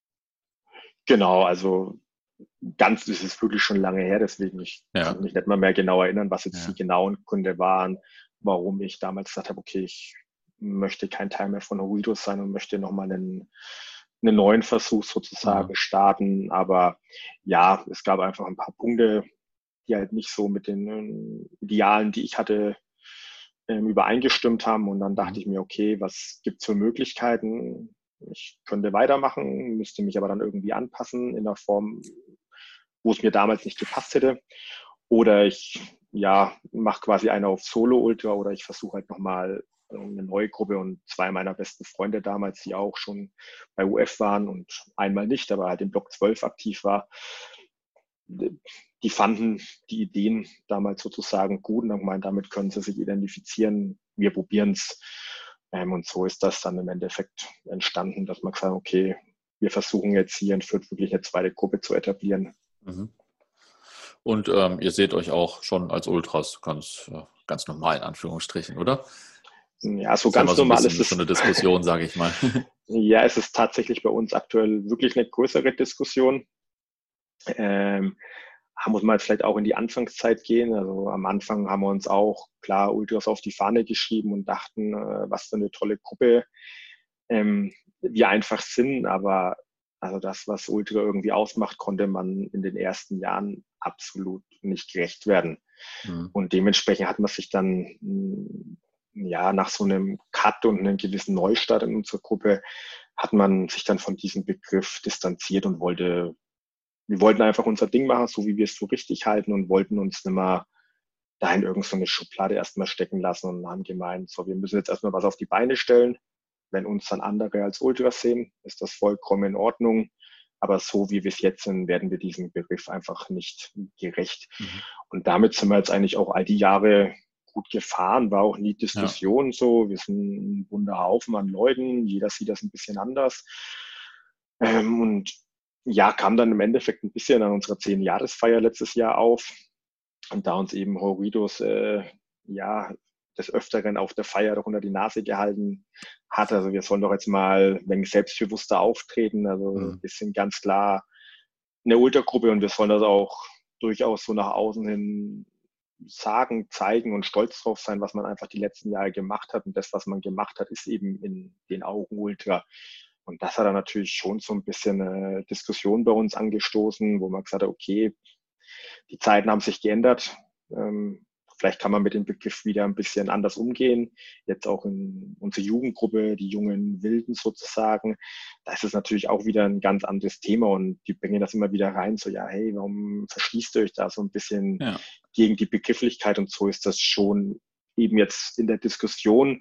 Genau, also ganz ist es wirklich schon lange her, deswegen ich Ja, kann mich nicht mal mehr genau erinnern, was jetzt die ja. genauen Gründe waren, warum ich damals gesagt habe, okay, ich möchte kein Teil mehr von Horridos sein und möchte nochmal einen neuen Versuch Mhm. sozusagen starten. Aber ja, es gab einfach ein paar Punkte, die halt nicht so mit den Idealen, die ich hatte, übereingestimmt haben. Und dann dachte Mhm. ich mir, okay, was gibt's für Möglichkeiten? Ich könnte weitermachen, müsste mich aber dann irgendwie anpassen in der Form, wo es mir damals nicht gepasst hätte. Oder ich ja, mache quasi eine auf Solo-Ultra oder ich versuche halt nochmal eine neue Gruppe und 2 meiner besten Freunde damals, die auch schon bei UF waren und einmal nicht, aber halt im Block 12 aktiv war, die fanden die Ideen damals sozusagen gut und haben gemeint, damit können sie sich identifizieren. Wir probieren es. Und so ist das dann im Endeffekt entstanden, dass man gesagt hat, okay, wir versuchen jetzt hier in Fürth wirklich eine zweite Gruppe zu etablieren. Mhm. Und ihr seht euch auch schon als Ultras ganz normal in Anführungsstrichen, oder? Ja, so Ist ja immer ganz so ein normal bisschen ist schon es. eine Diskussion, sage ich mal. Ja, es ist tatsächlich bei uns aktuell wirklich eine größere Diskussion. Ähm, muss man jetzt vielleicht auch in die Anfangszeit gehen. Also am Anfang haben wir uns auch klar Ultras auf die Fahne geschrieben und dachten, was für eine tolle Gruppe wir einfach sind. Aber also das, was Ultra irgendwie ausmacht, konnte man in den ersten Jahren absolut nicht gerecht werden. Mhm. Und dementsprechend hat man sich dann ja nach so einem Cut und einem gewissen Neustart in unserer Gruppe hat man sich dann von diesem Begriff distanziert und wir wollten einfach unser Ding machen, so wie wir es so richtig halten und wollten uns nicht mehr da in irgendeine Schublade erstmal stecken lassen und haben gemeint, so, wir müssen jetzt erstmal was auf die Beine stellen. Wenn uns dann andere als Ultras sehen, ist das vollkommen in Ordnung. Aber so wie wir es jetzt sind, werden wir diesem Begriff einfach nicht gerecht. Mhm. Und damit sind wir jetzt eigentlich auch all die Jahre gut gefahren, war auch nie Ja. Diskussion so. Wir sind ein bunter Haufen an Leuten, jeder sieht das ein bisschen anders. Und ja, kam dann im Endeffekt ein bisschen an unserer 10-Jahresfeier letztes Jahr auf. Und da uns eben Horridos ja des Öfteren auf der Feier doch unter die Nase gehalten hat. Also wir sollen doch jetzt mal ein wenig selbstbewusster auftreten. Also Mhm. wir sind ganz klar eine Ultragruppe und wir sollen das auch durchaus so nach außen hin sagen, zeigen und stolz drauf sein, was man einfach die letzten Jahre gemacht hat. Und das, was man gemacht hat, ist eben in den Augen Ultra. Und das hat dann natürlich schon so ein bisschen eine Diskussion bei uns angestoßen, wo man gesagt hat, okay, die Zeiten haben sich geändert. Vielleicht kann man mit dem Begriff wieder ein bisschen anders umgehen. Jetzt auch in unsere Jugendgruppe, die jungen Wilden sozusagen, da ist es natürlich auch wieder ein ganz anderes Thema und die bringen das immer wieder rein, so ja, hey, warum verschließt ihr euch da so ein bisschen Ja. gegen die Begrifflichkeit und so ist das schon eben jetzt in der Diskussion.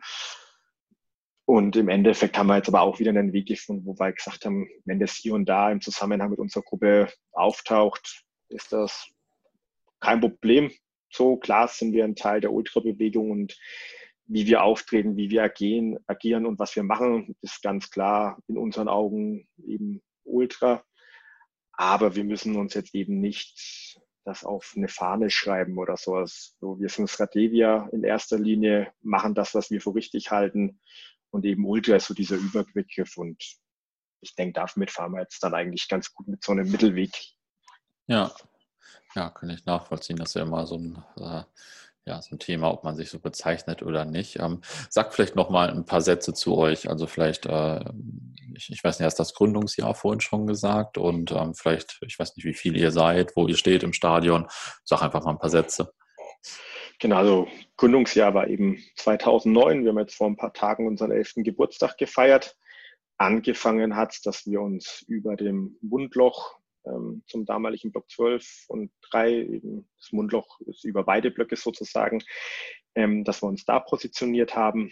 Und im Endeffekt haben wir jetzt aber auch wieder einen Weg gefunden, wo wir gesagt haben, wenn das hier und da im Zusammenhang mit unserer Gruppe auftaucht, ist das kein Problem. So klar sind wir ein Teil der Ultrabewegung und wie wir auftreten, wie wir agieren und was wir machen, ist ganz klar in unseren Augen eben Ultra. Aber wir müssen uns jetzt eben nicht das auf eine Fahne schreiben oder sowas. So, wir sind Stratevia in erster Linie, machen das, was wir für richtig halten. Und eben Ultra ist so dieser Überbegriff. Und ich denke, damit fahren wir jetzt dann eigentlich ganz gut mit so einem Mittelweg. Ja. Ja, kann ich nachvollziehen. Das ist ja immer ja, so ein Thema, ob man sich so bezeichnet oder nicht. Sagt vielleicht noch mal ein paar Sätze zu euch. Also vielleicht, ich weiß nicht, hast das Gründungsjahr vorhin schon gesagt und vielleicht, ich weiß nicht, wie viele ihr seid, wo ihr steht im Stadion. Sag einfach mal ein paar Sätze. Genau, also Gründungsjahr war eben 2009. Wir haben jetzt vor ein paar Tagen unseren 11. Geburtstag gefeiert. Angefangen hat, dass wir uns über dem Mundloch zum damaligen Block 12 und 3, eben das Mundloch ist über beide Blöcke sozusagen, dass wir uns da positioniert haben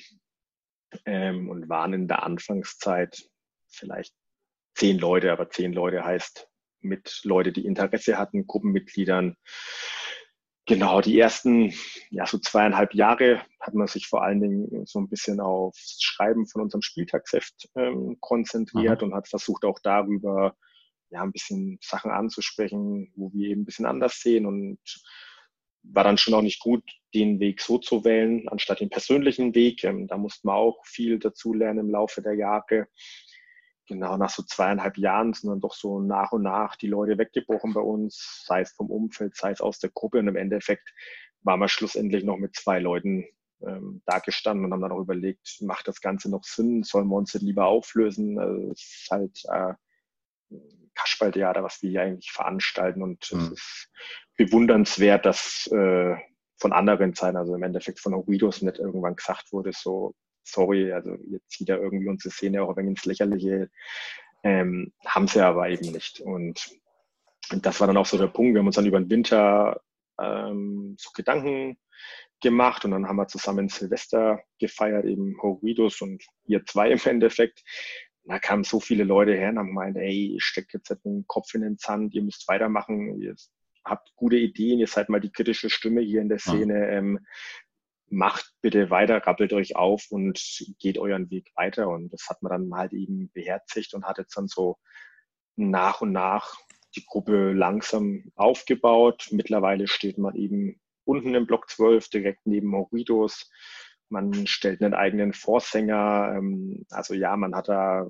und waren in der Anfangszeit vielleicht 10 Leute, aber 10 Leute heißt mit Leute, die Interesse hatten, Gruppenmitgliedern, Genau, die ersten, ja, so 2,5 Jahre hat man sich vor allen Dingen so ein bisschen aufs Schreiben von unserem Spieltagsheft konzentriert Aha. und hat versucht auch darüber ja ein bisschen Sachen anzusprechen, wo wir eben ein bisschen anders sehen und war dann schon auch nicht gut, den Weg so zu wählen, anstatt den persönlichen Weg. Da musste man auch viel dazu lernen im Laufe der Jahre. Genau, nach so 2,5 Jahren sind dann doch so nach und nach die Leute weggebrochen bei uns, sei es vom Umfeld, sei es aus der Gruppe. Und im Endeffekt waren wir schlussendlich noch mit 2 Leuten da gestanden und haben dann auch überlegt, macht das Ganze noch Sinn? Sollen wir uns das lieber auflösen? Also es ist halt Kasperltheater, was wir hier eigentlich veranstalten. Und es Hm. ist bewundernswert, dass von anderen Seiten, also im Endeffekt von Horridos, nicht irgendwann gesagt wurde, so, sorry, also jetzt zieht er irgendwie unsere Szene auch ein wenig ins Lächerliche. Haben sie aber eben nicht. Und das war dann auch so der Punkt. Wir haben uns dann über den Winter so Gedanken gemacht und dann haben wir zusammen Silvester gefeiert, eben Horridos und wir zwei im Endeffekt. Da kamen so viele Leute her und haben gemeint, ey, ihr steckt jetzt nicht den Kopf in den Sand, ihr müsst weitermachen, ihr habt gute Ideen, ihr seid mal die kritische Stimme hier in der Ja. Szene, macht bitte weiter, rappelt euch auf und geht euren Weg weiter. Und das hat man dann halt eben beherzigt und hat jetzt dann so nach und nach die Gruppe langsam aufgebaut. Mittlerweile steht man eben unten im Block 12, direkt neben Horridos. Man stellt einen eigenen Vorsänger. Also ja, man hat da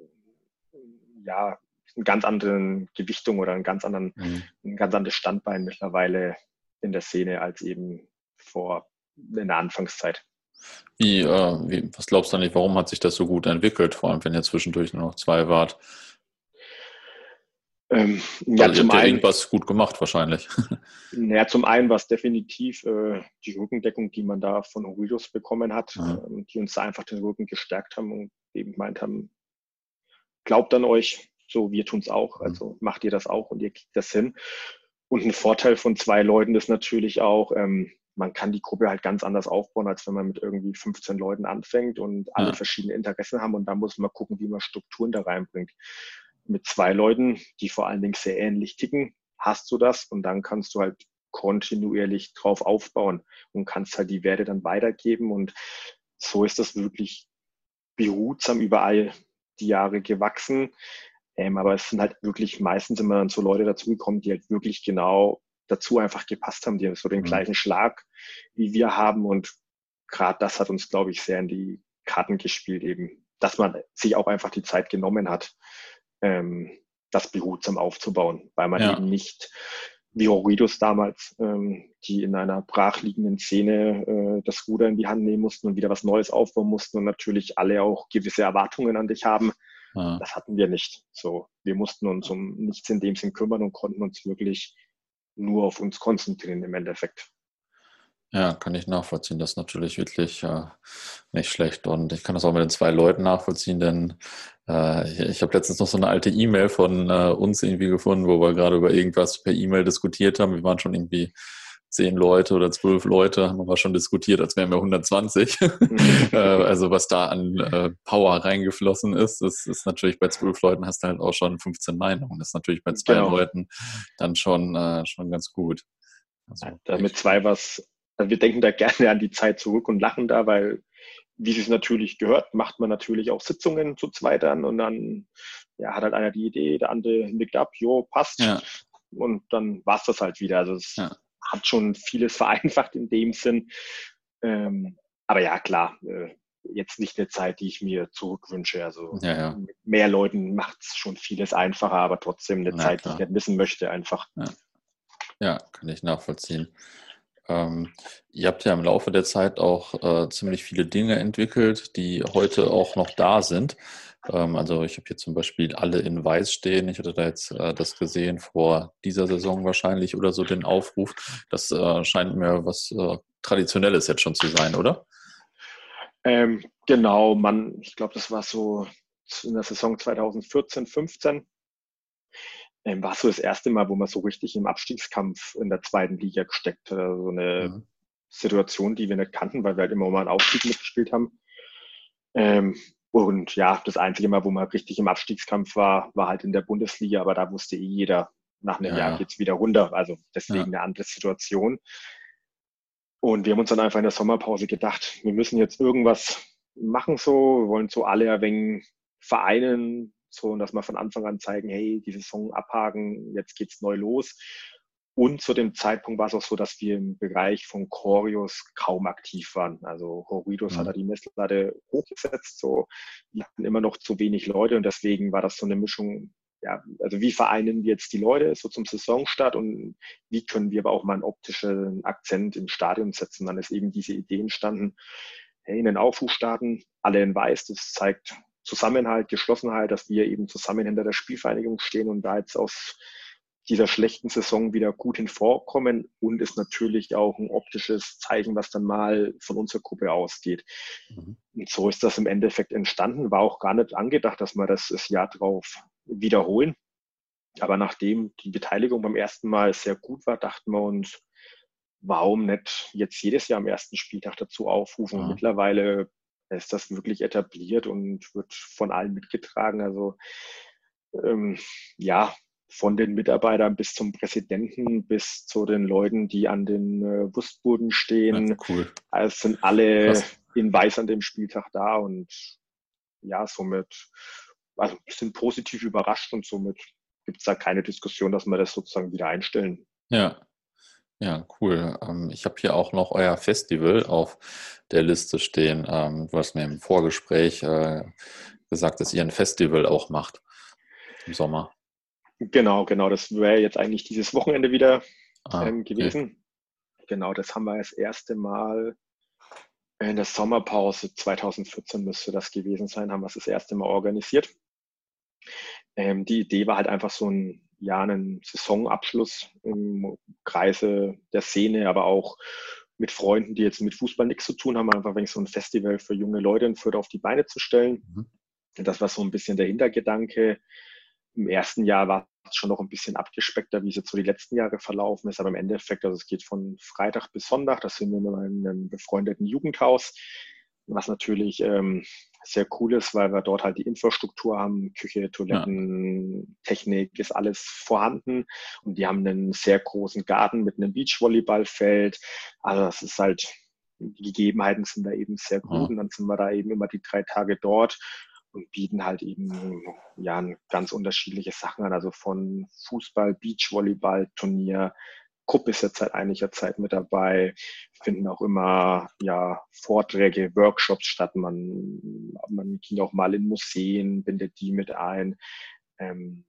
ja eine ganz andere Gewichtung oder ein ganz anderes Standbein mittlerweile in der Szene als eben vor in der Anfangszeit. Was glaubst du eigentlich, warum hat sich das so gut entwickelt, vor allem wenn ihr zwischendurch nur noch 2 wart? Ja, Also ihr zum habt ja einen, irgendwas gut gemacht wahrscheinlich. war es definitiv die Rückendeckung, die man da von Horridos bekommen hat, Ja. die uns da einfach den Rücken gestärkt haben und eben gemeint haben, glaubt an euch, so wir tun es auch, Hm. also macht ihr das auch und ihr kriegt das hin. Und ein Vorteil von 2 Leuten ist natürlich auch, man kann die Gruppe halt ganz anders aufbauen, als wenn man mit irgendwie 15 Leuten anfängt und alle Ja. verschiedene Interessen haben und da muss man gucken, wie man Strukturen da reinbringt. Mit 2 Leuten, die vor allen Dingen sehr ähnlich ticken, hast du das und dann kannst du halt kontinuierlich drauf aufbauen und kannst halt die Werte dann weitergeben und so ist das wirklich behutsam überall die Jahre gewachsen. Aber es sind halt wirklich meistens immer dann so Leute dazugekommen, die halt wirklich genau dazu einfach gepasst haben, die so den Hm. gleichen Schlag wie wir haben. Und gerade das hat uns, glaube ich, sehr in die Karten gespielt, eben, dass man sich auch einfach die Zeit genommen hat, das behutsam aufzubauen, weil man Ja. eben nicht wie Horridos damals, die in einer brachliegenden Szene das Ruder in die Hand nehmen mussten und wieder was Neues aufbauen mussten und natürlich alle auch gewisse Erwartungen an dich haben. Ja. Das hatten wir nicht. So, wir mussten uns um nichts in dem Sinn kümmern und konnten uns wirklich nur auf uns konzentrieren im Endeffekt. Ja, kann ich nachvollziehen. Das ist natürlich wirklich nicht schlecht. Und ich kann das auch mit den 2 Leuten nachvollziehen, denn ich habe letztens noch so eine alte E-Mail von uns irgendwie gefunden, wo wir gerade über irgendwas per E-Mail diskutiert haben. Wir waren schon irgendwie 10 Leute oder 12 Leute, haben wir schon diskutiert, als wären wir 120. Also was da an Power reingeflossen ist, das ist natürlich bei 12 Leuten hast du halt auch schon 15 Meinungen. Das ist natürlich bei 2 Genau. Leuten dann schon ganz gut. Also Damit echt, zwei was, also wir denken da gerne an die Zeit zurück und lachen da, weil, wie es natürlich gehört, macht man natürlich auch Sitzungen zu zweit an und dann ja, hat halt einer die Idee, der andere nickt ab, jo, ja, passt. Und dann war es das halt wieder. Also es ja. hat schon vieles vereinfacht in dem Sinn. Aber ja, klar, jetzt nicht eine Zeit, die ich mir zurückwünsche. Also Ja, ja, mit mehr Leuten macht es schon vieles einfacher, aber trotzdem eine na Zeit, die ich klar. nicht missen möchte, einfach. Ja, ja, kann ich nachvollziehen. Ihr habt ja im Laufe der Zeit auch ziemlich viele Dinge entwickelt, die heute auch noch da sind. Also ich habe hier zum Beispiel alle in Weiß stehen. Ich hatte da jetzt das gesehen vor dieser Saison wahrscheinlich oder so den Aufruf. Das scheint mir was Traditionelles jetzt schon zu sein, oder? Genau, ich glaube, das war so in der Saison 2014, 15, war so das erste Mal, wo man so richtig im Abstiegskampf in der zweiten Liga gesteckt hat. Also so eine Mhm. Situation, die wir nicht kannten, weil wir halt immer mal einen Aufstieg mitgespielt haben. Ähm, und ja, das einzige Mal, wo man richtig im Abstiegskampf war, war halt in der Bundesliga, aber da wusste jeder, nach einem Jahr Ja, geht's wieder runter. Also ja. deswegen eine andere Situation. Und wir haben uns dann einfach in der Sommerpause gedacht, wir müssen jetzt irgendwas machen so, wir wollen so alle ein wenig vereinen, so, und dass wir von Anfang an zeigen, hey, die Saison abhaken, jetzt geht's neu los. Und zu dem Zeitpunkt war es auch so, dass wir im Bereich von Choreos kaum aktiv waren. Also Horridos hat da Mhm. die Messlatte hochgesetzt, so, wir hatten immer noch zu wenig Leute und deswegen war das so eine Mischung, ja, also wie vereinen wir jetzt die Leute so zum Saisonstart und wie können wir aber auch mal einen optischen Akzent im Stadion setzen. Dann ist eben diese Idee entstanden, hey, in den Aufruf starten, alle in Weiß, das zeigt Zusammenhalt, Geschlossenheit, dass wir eben zusammen hinter der Spielvereinigung stehen und da jetzt aus dieser schlechten Saison wieder gut hinvorkommen und ist natürlich auch ein optisches Zeichen, was dann mal von unserer Gruppe ausgeht. Mhm. Und so ist das im Endeffekt entstanden, war auch gar nicht angedacht, dass wir das Jahr drauf wiederholen. Aber nachdem die Beteiligung beim ersten Mal sehr gut war, dachten wir uns, warum nicht jetzt jedes Jahr am ersten Spieltag dazu aufrufen? Und Ja. mittlerweile ist das wirklich etabliert und wird von allen mitgetragen. Also ähm, ja, von den Mitarbeitern bis zum Präsidenten, bis zu den Leuten, die an den Wurstbuden Ja, stehen. cool. Also sind alle Krass. in Weiß an dem Spieltag da und ja, somit also sind positiv überrascht und somit gibt es da keine Diskussion, dass wir das sozusagen wieder einstellen. Ja, ja, cool. Ich habe hier auch noch euer Festival auf der Liste stehen. Du hast mir im Vorgespräch gesagt, dass ihr ein Festival auch macht im Sommer. Genau, genau. Das wäre jetzt eigentlich dieses Wochenende wieder Ah, okay. gewesen. Genau, das haben wir das erste Mal in der Sommerpause 2014 müsste das gewesen sein, haben wir es das erste Mal organisiert. Die Idee war halt einfach so ein, ja, einen Saisonabschluss im Kreise der Szene, aber auch mit Freunden, die jetzt mit Fußball nichts zu tun haben, einfach wenn so ein Festival für junge Leute in Fürth auf die Beine zu stellen. Mhm. Das war so ein bisschen der Hintergedanke. Im ersten Jahr war es schon noch ein bisschen abgespeckter, wie es jetzt so die letzten Jahre verlaufen ist, aber im Endeffekt, also es geht von Freitag bis Sonntag, das sind wir in einem befreundeten Jugendhaus, was natürlich sehr cool ist, weil wir dort halt die Infrastruktur haben, Küche, Ja, Toiletten, Technik ist alles vorhanden und die haben einen sehr großen Garten mit einem Beachvolleyballfeld. Also das ist halt, die Gegebenheiten sind da eben sehr gut ja, und dann sind wir da eben immer die 3 Tage dort und bieten halt eben ja ganz unterschiedliche Sachen an, also von Fußball, Beachvolleyball, Turnier, Kupp ist jetzt seit einiger Zeit mit dabei, finden auch immer ja Vorträge, Workshops statt. Man ging auch mal in Museen, bindet die mit ein. Ähm,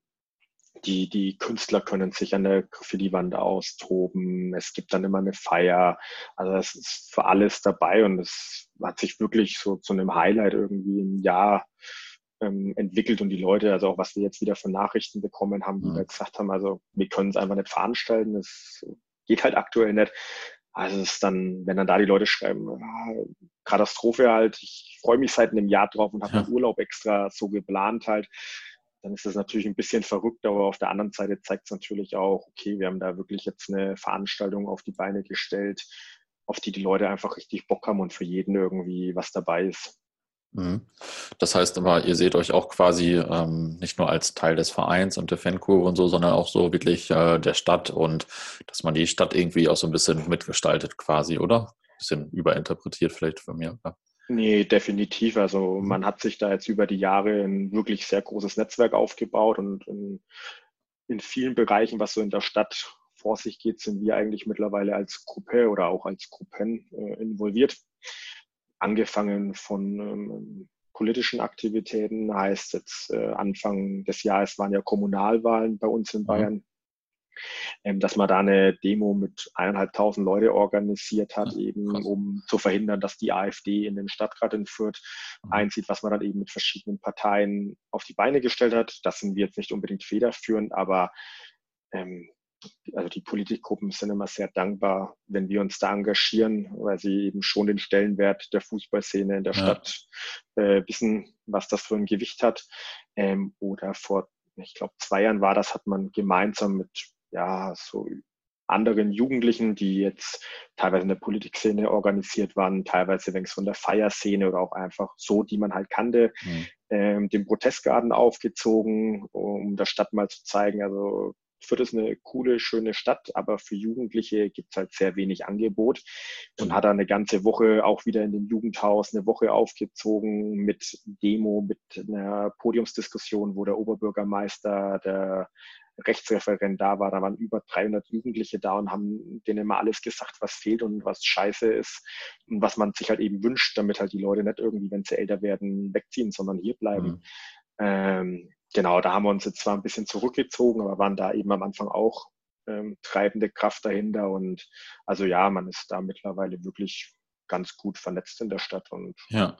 die Künstler können sich an der Graffiti-Wand austoben. Es gibt dann immer eine Feier. Also es ist für alles dabei und es hat sich wirklich so zu einem Highlight irgendwie im Jahr entwickelt und die Leute, also auch was wir jetzt wieder für Nachrichten bekommen haben, die ja, da gesagt haben, also wir können es einfach nicht veranstalten, es geht halt aktuell nicht. Also es ist dann, wenn dann da die Leute schreiben, Katastrophe halt, ich freue mich seit einem Jahr drauf und habe meinen ja. Urlaub extra so geplant halt, dann ist das natürlich ein bisschen verrückt, aber auf der anderen Seite zeigt es natürlich auch, okay, wir haben da wirklich jetzt eine Veranstaltung auf die Beine gestellt, auf die die Leute einfach richtig Bock haben und für jeden irgendwie was dabei ist. Mhm. Das heißt aber, ihr seht euch auch quasi nicht nur als Teil des Vereins und der Fankurve und so, sondern auch so wirklich der Stadt und dass man die Stadt irgendwie auch so ein bisschen mitgestaltet quasi, oder? Bisschen überinterpretiert vielleicht von mir. Ja. Nee, definitiv. Also Mhm. man hat sich da jetzt über die Jahre ein wirklich sehr großes Netzwerk aufgebaut und in vielen Bereichen, was so in der Stadt vor sich geht, sind wir eigentlich mittlerweile als Gruppe oder auch als Gruppen involviert. Angefangen von politischen Aktivitäten, heißt jetzt Anfang des Jahres waren ja Kommunalwahlen bei uns in Mhm. Bayern, dass man da eine Demo mit 1.500 Leute organisiert hat, Ja, eben krass. um zu verhindern, dass die AfD in den Stadtrat in Fürth Mhm. einzieht, was man dann eben mit verschiedenen Parteien auf die Beine gestellt hat. Das sind wir jetzt nicht unbedingt federführend, aber ähm, also die Politikgruppen sind immer sehr dankbar, wenn wir uns da engagieren, weil sie eben schon den Stellenwert der Fußballszene in der Ja, Stadt wissen, was das für ein Gewicht hat. Oder vor, ich glaube, 2 Jahren war das, hat man gemeinsam mit ja so anderen Jugendlichen, die jetzt teilweise in der Politikszene organisiert waren, teilweise wenigstens von der Feierszene oder auch einfach so, die man halt kannte, mhm. den Protestgarten aufgezogen, um der Stadt mal zu zeigen, also Fürth ist eine coole, schöne Stadt, aber für Jugendliche gibt es halt sehr wenig Angebot und hat da eine ganze Woche auch wieder in dem Jugendhaus eine Woche aufgezogen mit Demo, mit einer Podiumsdiskussion, wo der Oberbürgermeister, der Rechtsreferent da war. Da waren über 300 Jugendliche da und haben denen immer alles gesagt, was fehlt und was scheiße ist und was man sich halt eben wünscht, damit halt die Leute nicht irgendwie, wenn sie älter werden, wegziehen, sondern hier bleiben. Genau, da haben wir uns jetzt zwar ein bisschen zurückgezogen, aber waren da eben am Anfang auch treibende Kraft dahinter. Und also ja, man ist da mittlerweile wirklich ganz gut vernetzt in der Stadt. Und Ja.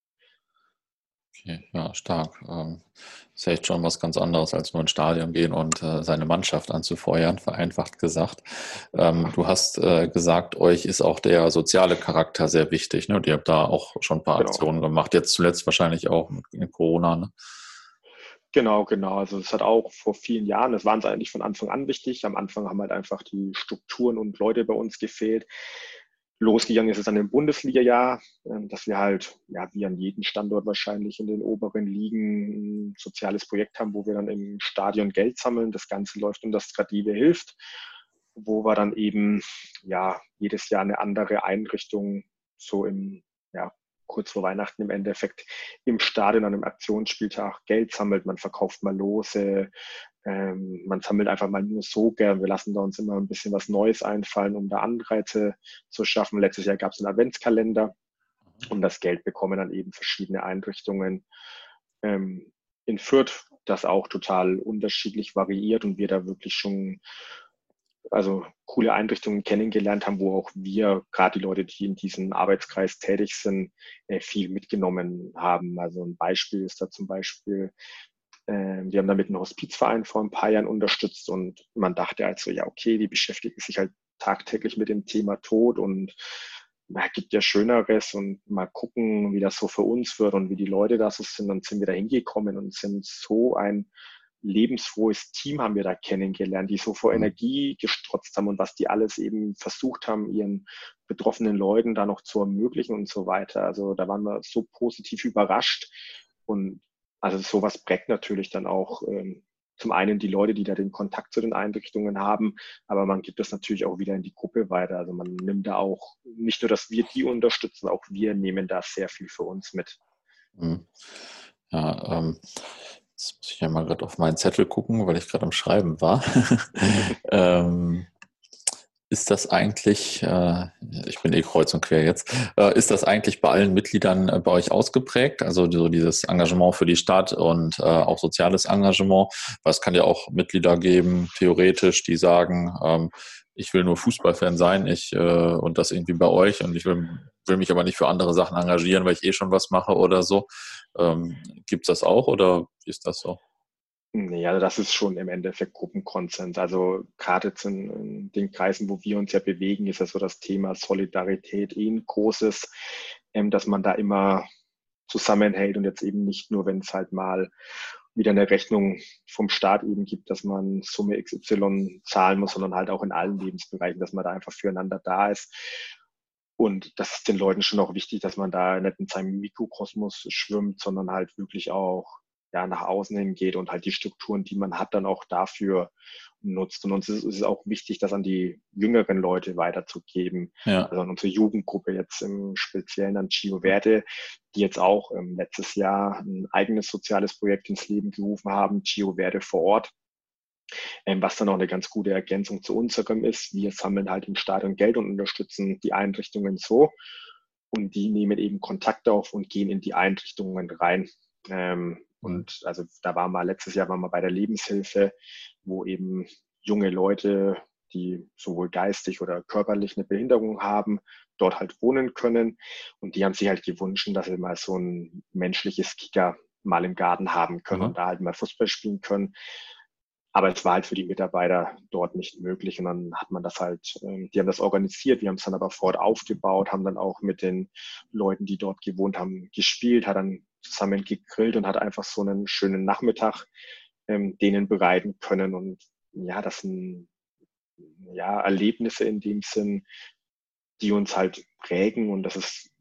Okay, ja, stark. Ist ja echt schon was ganz anderes, als nur ins Stadion gehen und seine Mannschaft anzufeuern, vereinfacht gesagt. Du hast gesagt, euch ist auch der soziale Charakter sehr wichtig, ne? Und ihr habt da auch schon ein paar genau. Aktionen gemacht, jetzt zuletzt wahrscheinlich auch mit Corona, ne? Genau. Also es hat auch vor vielen Jahren, das war uns eigentlich von Anfang an wichtig. Am Anfang haben halt einfach die Strukturen und Leute bei uns gefehlt. Losgegangen ist es dann im Bundesliga-Jahr, dass wir halt, ja, wie an jedem Standort wahrscheinlich in den oberen Ligen ein soziales Projekt haben, wo wir dann im Stadion Geld sammeln. Das Ganze läuft unter Strative hilft, wo wir dann eben, ja, jedes Jahr eine andere Einrichtung so im, ja, kurz vor Weihnachten im Endeffekt im Stadion an einem Aktionsspieltag Geld sammelt. Man verkauft mal Lose, man sammelt einfach mal nur so gern. Wir lassen da uns immer ein bisschen was Neues einfallen, um da Anreize zu schaffen. Letztes Jahr gab es einen Adventskalender und das Geld bekommen dann eben verschiedene Einrichtungen in Fürth, das auch total unterschiedlich variiert und wir da wirklich schon also coole Einrichtungen kennengelernt haben, wo auch wir, gerade die Leute, die in diesem Arbeitskreis tätig sind, viel mitgenommen haben. Also ein Beispiel ist da zum Beispiel, wir haben damit einen Hospizverein vor ein paar Jahren unterstützt und man dachte also, ja, okay, die beschäftigen sich halt tagtäglich mit dem Thema Tod und man gibt ja Schöneres und mal gucken, wie das so für uns wird und wie die Leute da so sind. Dann sind wir da hingekommen und sind so ein lebensfrohes Team haben wir da kennengelernt, die so vor Energie gestrotzt haben und was die alles eben versucht haben, ihren betroffenen Leuten da noch zu ermöglichen und so weiter. Also da waren wir so positiv überrascht und also sowas prägt natürlich dann auch zum einen die Leute, die da den Kontakt zu den Einrichtungen haben, aber man gibt das natürlich auch wieder in die Gruppe weiter. Also man nimmt da auch nicht nur, dass wir die unterstützen, auch wir nehmen da sehr viel für uns mit. Ja, jetzt muss ich ja mal gerade auf meinen Zettel gucken, weil ich gerade am Schreiben war. Ist das eigentlich, ich bin kreuz und quer jetzt, ist das eigentlich bei allen Mitgliedern bei euch ausgeprägt? Also so dieses Engagement für die Stadt und auch soziales Engagement? Weil es kann ja auch Mitglieder geben, theoretisch, die sagen, ich will nur Fußballfan sein, und das irgendwie bei euch und ich will mich aber nicht für andere Sachen engagieren, weil ich eh schon was mache oder so. Gibt es das auch oder wie ist das so? Nee, also das ist schon im Endeffekt Gruppenkonsens. Also gerade jetzt in den Kreisen, wo wir uns ja bewegen, ist ja so das Thema Solidarität ein großes, dass man da immer zusammenhält und jetzt eben nicht nur, wenn es halt mal wieder eine Rechnung vom Staat eben gibt, dass man Summe XY zahlen muss, sondern halt auch in allen Lebensbereichen, dass man da einfach füreinander da ist. Und das ist den Leuten schon auch wichtig, dass man da nicht in seinem Mikrokosmos schwimmt, sondern halt wirklich auch ja, nach außen hingeht und halt die Strukturen, die man hat, dann auch dafür nutzt. Und uns ist es auch wichtig, das an die jüngeren Leute weiterzugeben. Ja. Also an unsere Jugendgruppe jetzt im Speziellen an Gio Verde, die jetzt auch letztes Jahr ein eigenes soziales Projekt ins Leben gerufen haben, Gio Verde vor Ort. Was dann auch eine ganz gute Ergänzung zu unserem ist. Wir sammeln halt im Stadion Geld und unterstützen die Einrichtungen so. Und die nehmen eben Kontakt auf und gehen in die Einrichtungen rein. Und also da letztes Jahr waren wir bei der Lebenshilfe, wo eben junge Leute, die sowohl geistig oder körperlich eine Behinderung haben, dort halt wohnen können. Und die haben sich halt gewünscht, dass sie mal so ein menschliches Kicker mal im Garten haben können und da halt mal Fußball spielen können. Aber es war halt für die Mitarbeiter dort nicht möglich. Und dann hat man das halt, die haben das organisiert, wir haben es dann aber vor Ort aufgebaut, haben dann auch mit den Leuten, die dort gewohnt haben, gespielt, hat dann zusammen gegrillt und hat einfach so einen schönen Nachmittag denen bereiten können. Und ja, das sind ja Erlebnisse in dem Sinn, die uns halt prägen. Und das ist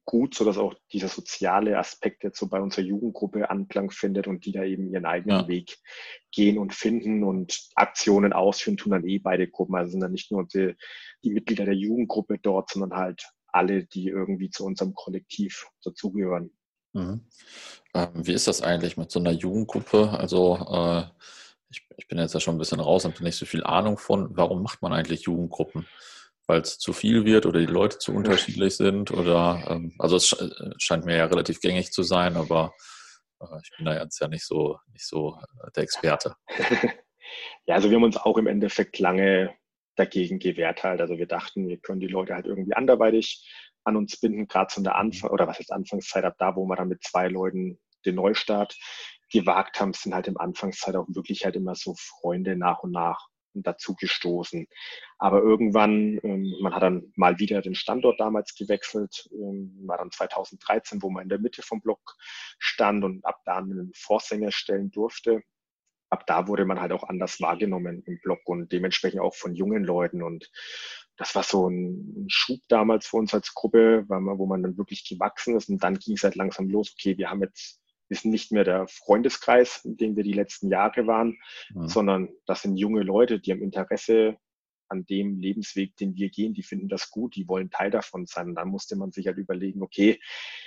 gut, sodass auch dieser soziale Aspekt jetzt so bei unserer Jugendgruppe Anklang findet und die da eben ihren eigenen Ja. Weg gehen und finden und Aktionen ausführen, tun dann beide Gruppen. Also sind dann nicht nur die Mitglieder der Jugendgruppe dort, sondern halt alle, die irgendwie zu unserem Kollektiv dazugehören. Mhm. Wie ist das eigentlich mit so einer Jugendgruppe? Also ich bin jetzt ja schon ein bisschen raus und habe nicht so viel Ahnung von. Warum macht man eigentlich Jugendgruppen? Weil es zu viel wird oder die Leute zu unterschiedlich sind? Oder also es scheint mir ja relativ gängig zu sein, aber ich bin da jetzt ja nicht so der Experte. Ja, also wir haben uns auch im Endeffekt lange dagegen gewehrt halt. Also wir dachten, wir können die Leute halt irgendwie anderweitig an uns binden, gerade zu der Mhm. Anfang, oder was heißt Anfangszeit, ab da, wo wir dann mit 2 Leuten den Neustart gewagt haben, sind halt im Anfangszeit auch wirklich halt immer so Freunde nach und nach dazu gestoßen. Aber irgendwann, man hat dann mal wieder den Standort damals gewechselt, war dann 2013, wo man in der Mitte vom Block stand und ab da einen Vorsänger stellen durfte. Ab da wurde man halt auch anders wahrgenommen im Blog und dementsprechend auch von jungen Leuten. Und das war so ein Schub damals für uns als Gruppe, wo man dann wirklich gewachsen ist. Und dann ging es halt langsam los, okay, wir sind nicht mehr der Freundeskreis, in dem wir die letzten Jahre waren, Mhm. sondern das sind junge Leute, die haben Interesse an dem Lebensweg, den wir gehen, die finden das gut, die wollen Teil davon sein. Und dann musste man sich halt überlegen, okay,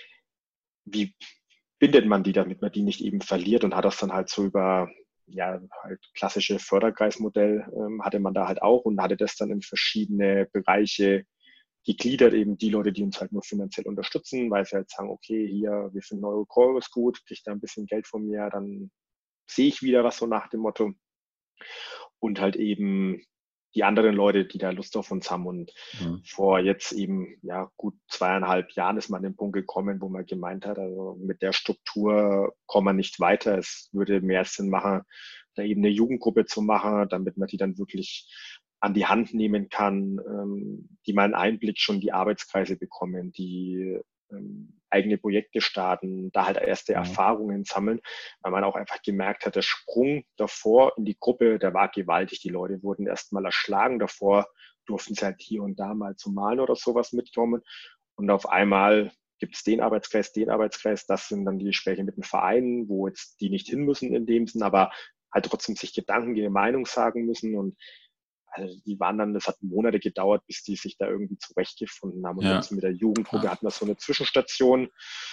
wie bindet man die, damit man die nicht eben verliert, und hat das dann halt so über, ja, halt klassische Förderkreismodell hatte man da halt auch und hatte das dann in verschiedene Bereiche gegliedert, eben die Leute, die uns halt nur finanziell unterstützen, weil sie halt sagen, okay, hier, wir finden eure Chorus gut, kriegt da ein bisschen Geld von mir, dann sehe ich wieder was, so nach dem Motto. Und halt eben die anderen Leute, die da Lust auf uns haben. Und Mhm. vor jetzt eben, ja, gut 2,5 Jahren ist man an den Punkt gekommen, wo man gemeint hat, also mit der Struktur kommt man nicht weiter. Es würde mehr Sinn machen, da eben eine Jugendgruppe zu machen, damit man die dann wirklich an die Hand nehmen kann, die mal einen Einblick schon in die Arbeitskreise bekommen, die eigene Projekte starten, da halt erste Mhm. Erfahrungen sammeln, weil man auch einfach gemerkt hat, der Sprung davor in die Gruppe, der war gewaltig. Die Leute wurden erst mal erschlagen. Davor durften sie halt hier und da mal zum Malen oder sowas mitkommen. Und auf einmal gibt es den Arbeitskreis, den Arbeitskreis. Das sind dann die Gespräche mit den Vereinen, wo jetzt die nicht hin müssen in dem Sinn, aber halt trotzdem sich Gedanken, ihre Meinung sagen müssen. Und also die waren dann, das hat Monate gedauert, bis die sich da irgendwie zurechtgefunden haben. Und Ja, jetzt mit der Jugendgruppe klar. hatten wir so eine Zwischenstation.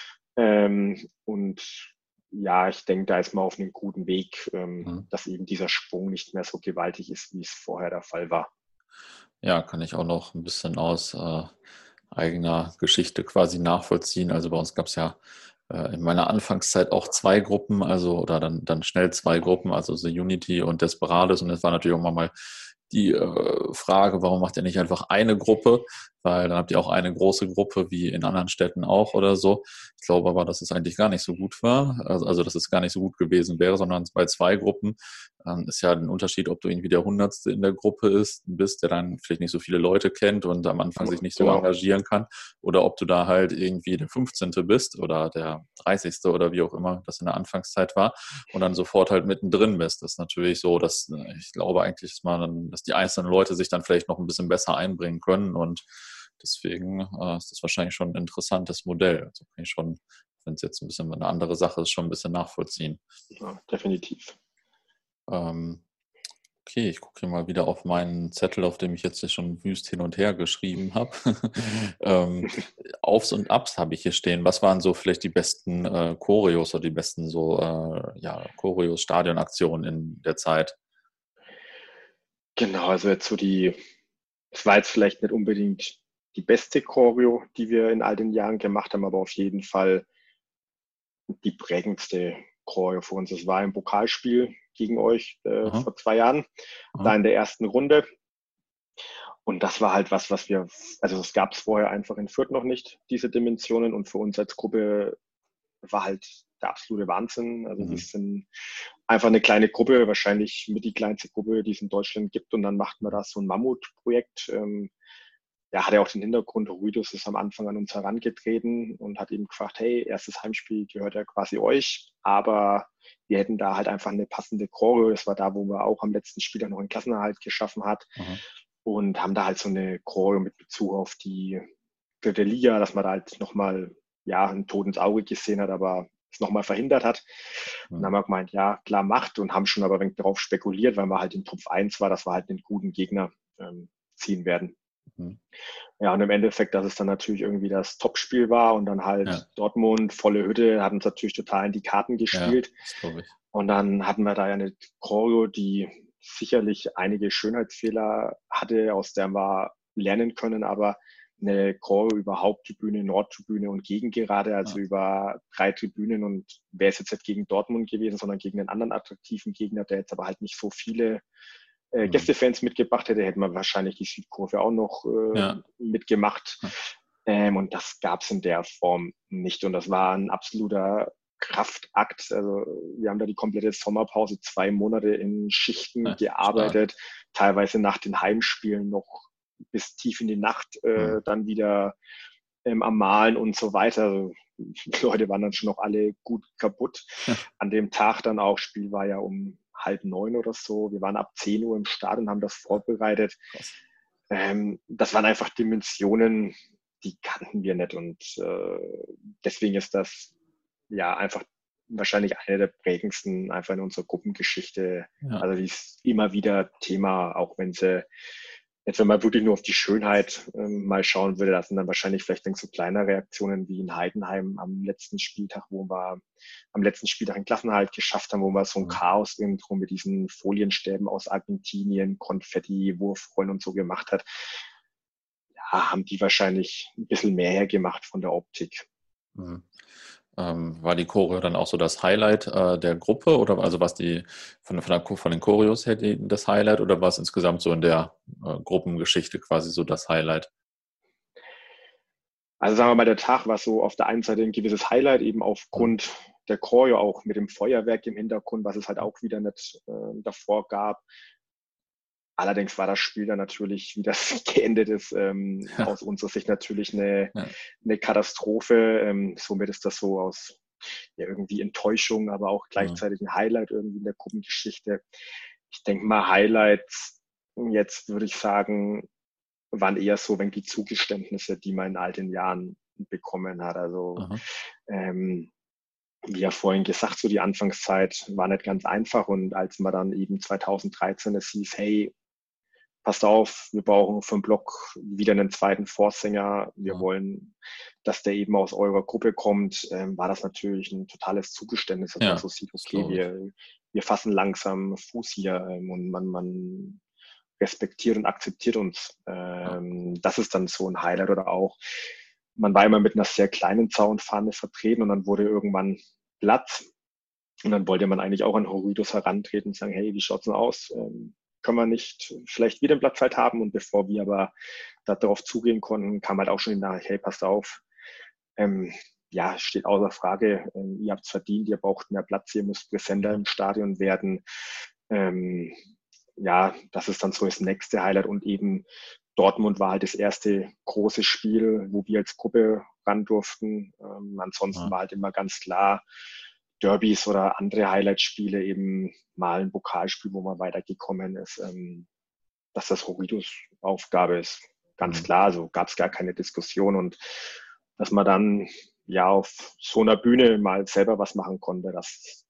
Und ja, ich denke, da ist man auf einem guten Weg, Mhm. dass eben dieser Sprung nicht mehr so gewaltig ist, wie es vorher der Fall war. Ja, kann ich auch noch ein bisschen aus eigener Geschichte quasi nachvollziehen. Also bei uns gab es ja in meiner Anfangszeit auch zwei Gruppen, also oder dann schnell zwei Gruppen, also The Unity und Desperados. Und es war natürlich auch mal die Frage, warum macht ihr nicht einfach eine Gruppe? Weil dann habt ihr auch eine große Gruppe, wie in anderen Städten auch oder so. Ich glaube aber, dass es eigentlich gar nicht so gut war, also dass es gar nicht so gut gewesen wäre, sondern bei zwei Gruppen ist ja ein Unterschied, ob du irgendwie der Hundertste in der Gruppe bist, der dann vielleicht nicht so viele Leute kennt und am Anfang sich nicht so Genau. engagieren kann, oder ob du da halt irgendwie der 15. bist oder der 30. oder wie auch immer das in der Anfangszeit war und dann sofort halt mittendrin bist. Das ist natürlich so, dass ich glaube eigentlich, dass die einzelnen Leute sich dann vielleicht noch ein bisschen besser einbringen können und deswegen ist das wahrscheinlich schon ein interessantes Modell. Also kann ich schon, wenn es jetzt ein bisschen eine andere Sache ist, schon ein bisschen nachvollziehen. Ja, definitiv. Ähm, okay, ich gucke hier mal wieder auf meinen Zettel, auf dem ich jetzt schon wüst hin und her geschrieben habe. Aufs und Abs habe ich hier stehen. Was waren so vielleicht die besten Choreos oder die besten so ja, Choreos, Stadionaktionen in der Zeit? Genau, also jetzt so es war jetzt vielleicht nicht unbedingt die beste Choreo, die wir in all den Jahren gemacht haben, aber auf jeden Fall die prägendste Choreo für uns. Es war ein Pokalspiel gegen euch Aha, vor 2 Jahren, da aha, in der ersten Runde. Und das war halt was wir, also es gab es vorher einfach in Fürth noch nicht, diese Dimensionen. Und für uns als Gruppe war halt der absolute Wahnsinn. Also wir mhm, sind einfach eine kleine Gruppe, wahrscheinlich mit die kleinste Gruppe, die es in Deutschland gibt. Und dann macht man da so ein Mammutprojekt. Ja, hat ja auch den Hintergrund, Ruidus ist am Anfang an uns herangetreten und hat eben gefragt, hey, erstes Heimspiel gehört ja quasi euch, aber wir hätten da halt einfach eine passende Choreo. Das war da, wo wir auch am letzten Spieltag noch einen Klassenerhalt geschaffen hat aha, und haben da halt so eine Choreo mit Bezug auf die dritte Liga, dass man da halt nochmal ein Tod ins Auge gesehen hat, aber es nochmal verhindert hat. Und dann haben wir gemeint, ja, klar, macht, und haben schon aber ein wenig darauf spekuliert, weil man halt in Trupp 1 war, dass wir halt einen guten Gegner ziehen werden. Mhm. Ja, und im Endeffekt, dass es dann natürlich irgendwie das Topspiel war und dann halt Dortmund, volle Hütte, hat uns natürlich total in die Karten gespielt. Das glaube ich. Und dann hatten wir da ja eine Choreo, die sicherlich einige Schönheitsfehler hatte, aus der wir lernen können, aber eine Choreo über Haupttribüne, Nordtribüne und Gegengerade, also über 3 Tribünen, und wäre es jetzt nicht gegen Dortmund gewesen, sondern gegen einen anderen attraktiven Gegner, der jetzt aber halt nicht so viele Gästefans mitgebracht hätte, hätten wir wahrscheinlich die Südkurve auch noch mitgemacht. Und das gab es in der Form nicht. Und das war ein absoluter Kraftakt. Also wir haben da die komplette Sommerpause 2 Monate in Schichten gearbeitet, teilweise nach den Heimspielen noch bis tief in die Nacht dann wieder am Malen und so weiter. Also, die Leute waren dann schon noch alle gut kaputt. An dem Tag dann auch, Spiel war ja um 8:30 oder so. Wir waren ab 10 Uhr im Stadion und haben das vorbereitet. Das waren einfach Dimensionen, die kannten wir nicht. Und deswegen ist das ja einfach wahrscheinlich eine der prägendsten einfach in unserer Gruppengeschichte. Also die ist immer wieder Thema, auch wenn sie jetzt, wenn man wirklich nur auf die Schönheit mal schauen würde, das sind dann wahrscheinlich vielleicht so kleine Reaktionen wie in Heidenheim am letzten Spieltag, wo wir am letzten Spieltag einen Klassenerhalt geschafft haben, wo wir so ein Chaos irgendwo mit diesen Folienstäben aus Argentinien, Konfetti, Wurfrollen und so gemacht hat. Ja, haben die wahrscheinlich ein bisschen mehr hergemacht von der Optik. War die Choreo dann auch so das Highlight der Gruppe, oder also was die von den Choreos her das Highlight, oder war es insgesamt so in der Gruppengeschichte quasi so das Highlight? Also sagen wir mal, der Tag war so auf der einen Seite ein gewisses Highlight, eben aufgrund der Choreo, auch mit dem Feuerwerk im Hintergrund, was es halt auch wieder nicht davor gab. Allerdings war das Spiel dann natürlich, wie das geendet ist, aus unserer Sicht natürlich eine Katastrophe. Somit ist das so aus irgendwie Enttäuschung, aber auch gleichzeitig ein Highlight irgendwie in der Gruppengeschichte. Ich denke mal, Highlights jetzt würde ich sagen, waren eher so, wenn die Zugeständnisse, die man in alten Jahren bekommen hat. Also wie ja vorhin gesagt, so die Anfangszeit war nicht ganz einfach, und als man dann eben 2013 es hieß, hey, passt auf, wir brauchen für den Block wieder einen zweiten Vorsänger. Wir wollen, dass der eben aus eurer Gruppe kommt. War das natürlich ein totales Zugeständnis, dass man so sieht, okay, wir fassen langsam Fuß hier und man respektiert und akzeptiert uns. Das ist dann so ein Highlight. Oder auch, man war immer mit einer sehr kleinen Zaunfahne vertreten, und dann wurde irgendwann Platz. Und dann wollte man eigentlich auch an Horridus herantreten und sagen, hey, wie schaut's denn aus? Können wir nicht vielleicht wieder ein Platzfeld haben? Und bevor wir aber darauf zugehen konnten, kam halt auch schon die Nachricht, hey, passt auf, steht außer Frage, ihr habt es verdient, ihr braucht mehr Platz, ihr müsst präsenter im Stadion werden. Das ist dann so das nächste Highlight, und eben Dortmund war halt das erste große Spiel, wo wir als Gruppe ran durften. Ansonsten war halt immer ganz klar, Derbys oder andere Highlight-Spiele, eben mal ein Pokalspiel, wo man weitergekommen ist, dass das Horridus Aufgabe ist. Ganz klar, also gab es gar keine Diskussion, und dass man dann auf so einer Bühne mal selber was machen konnte, das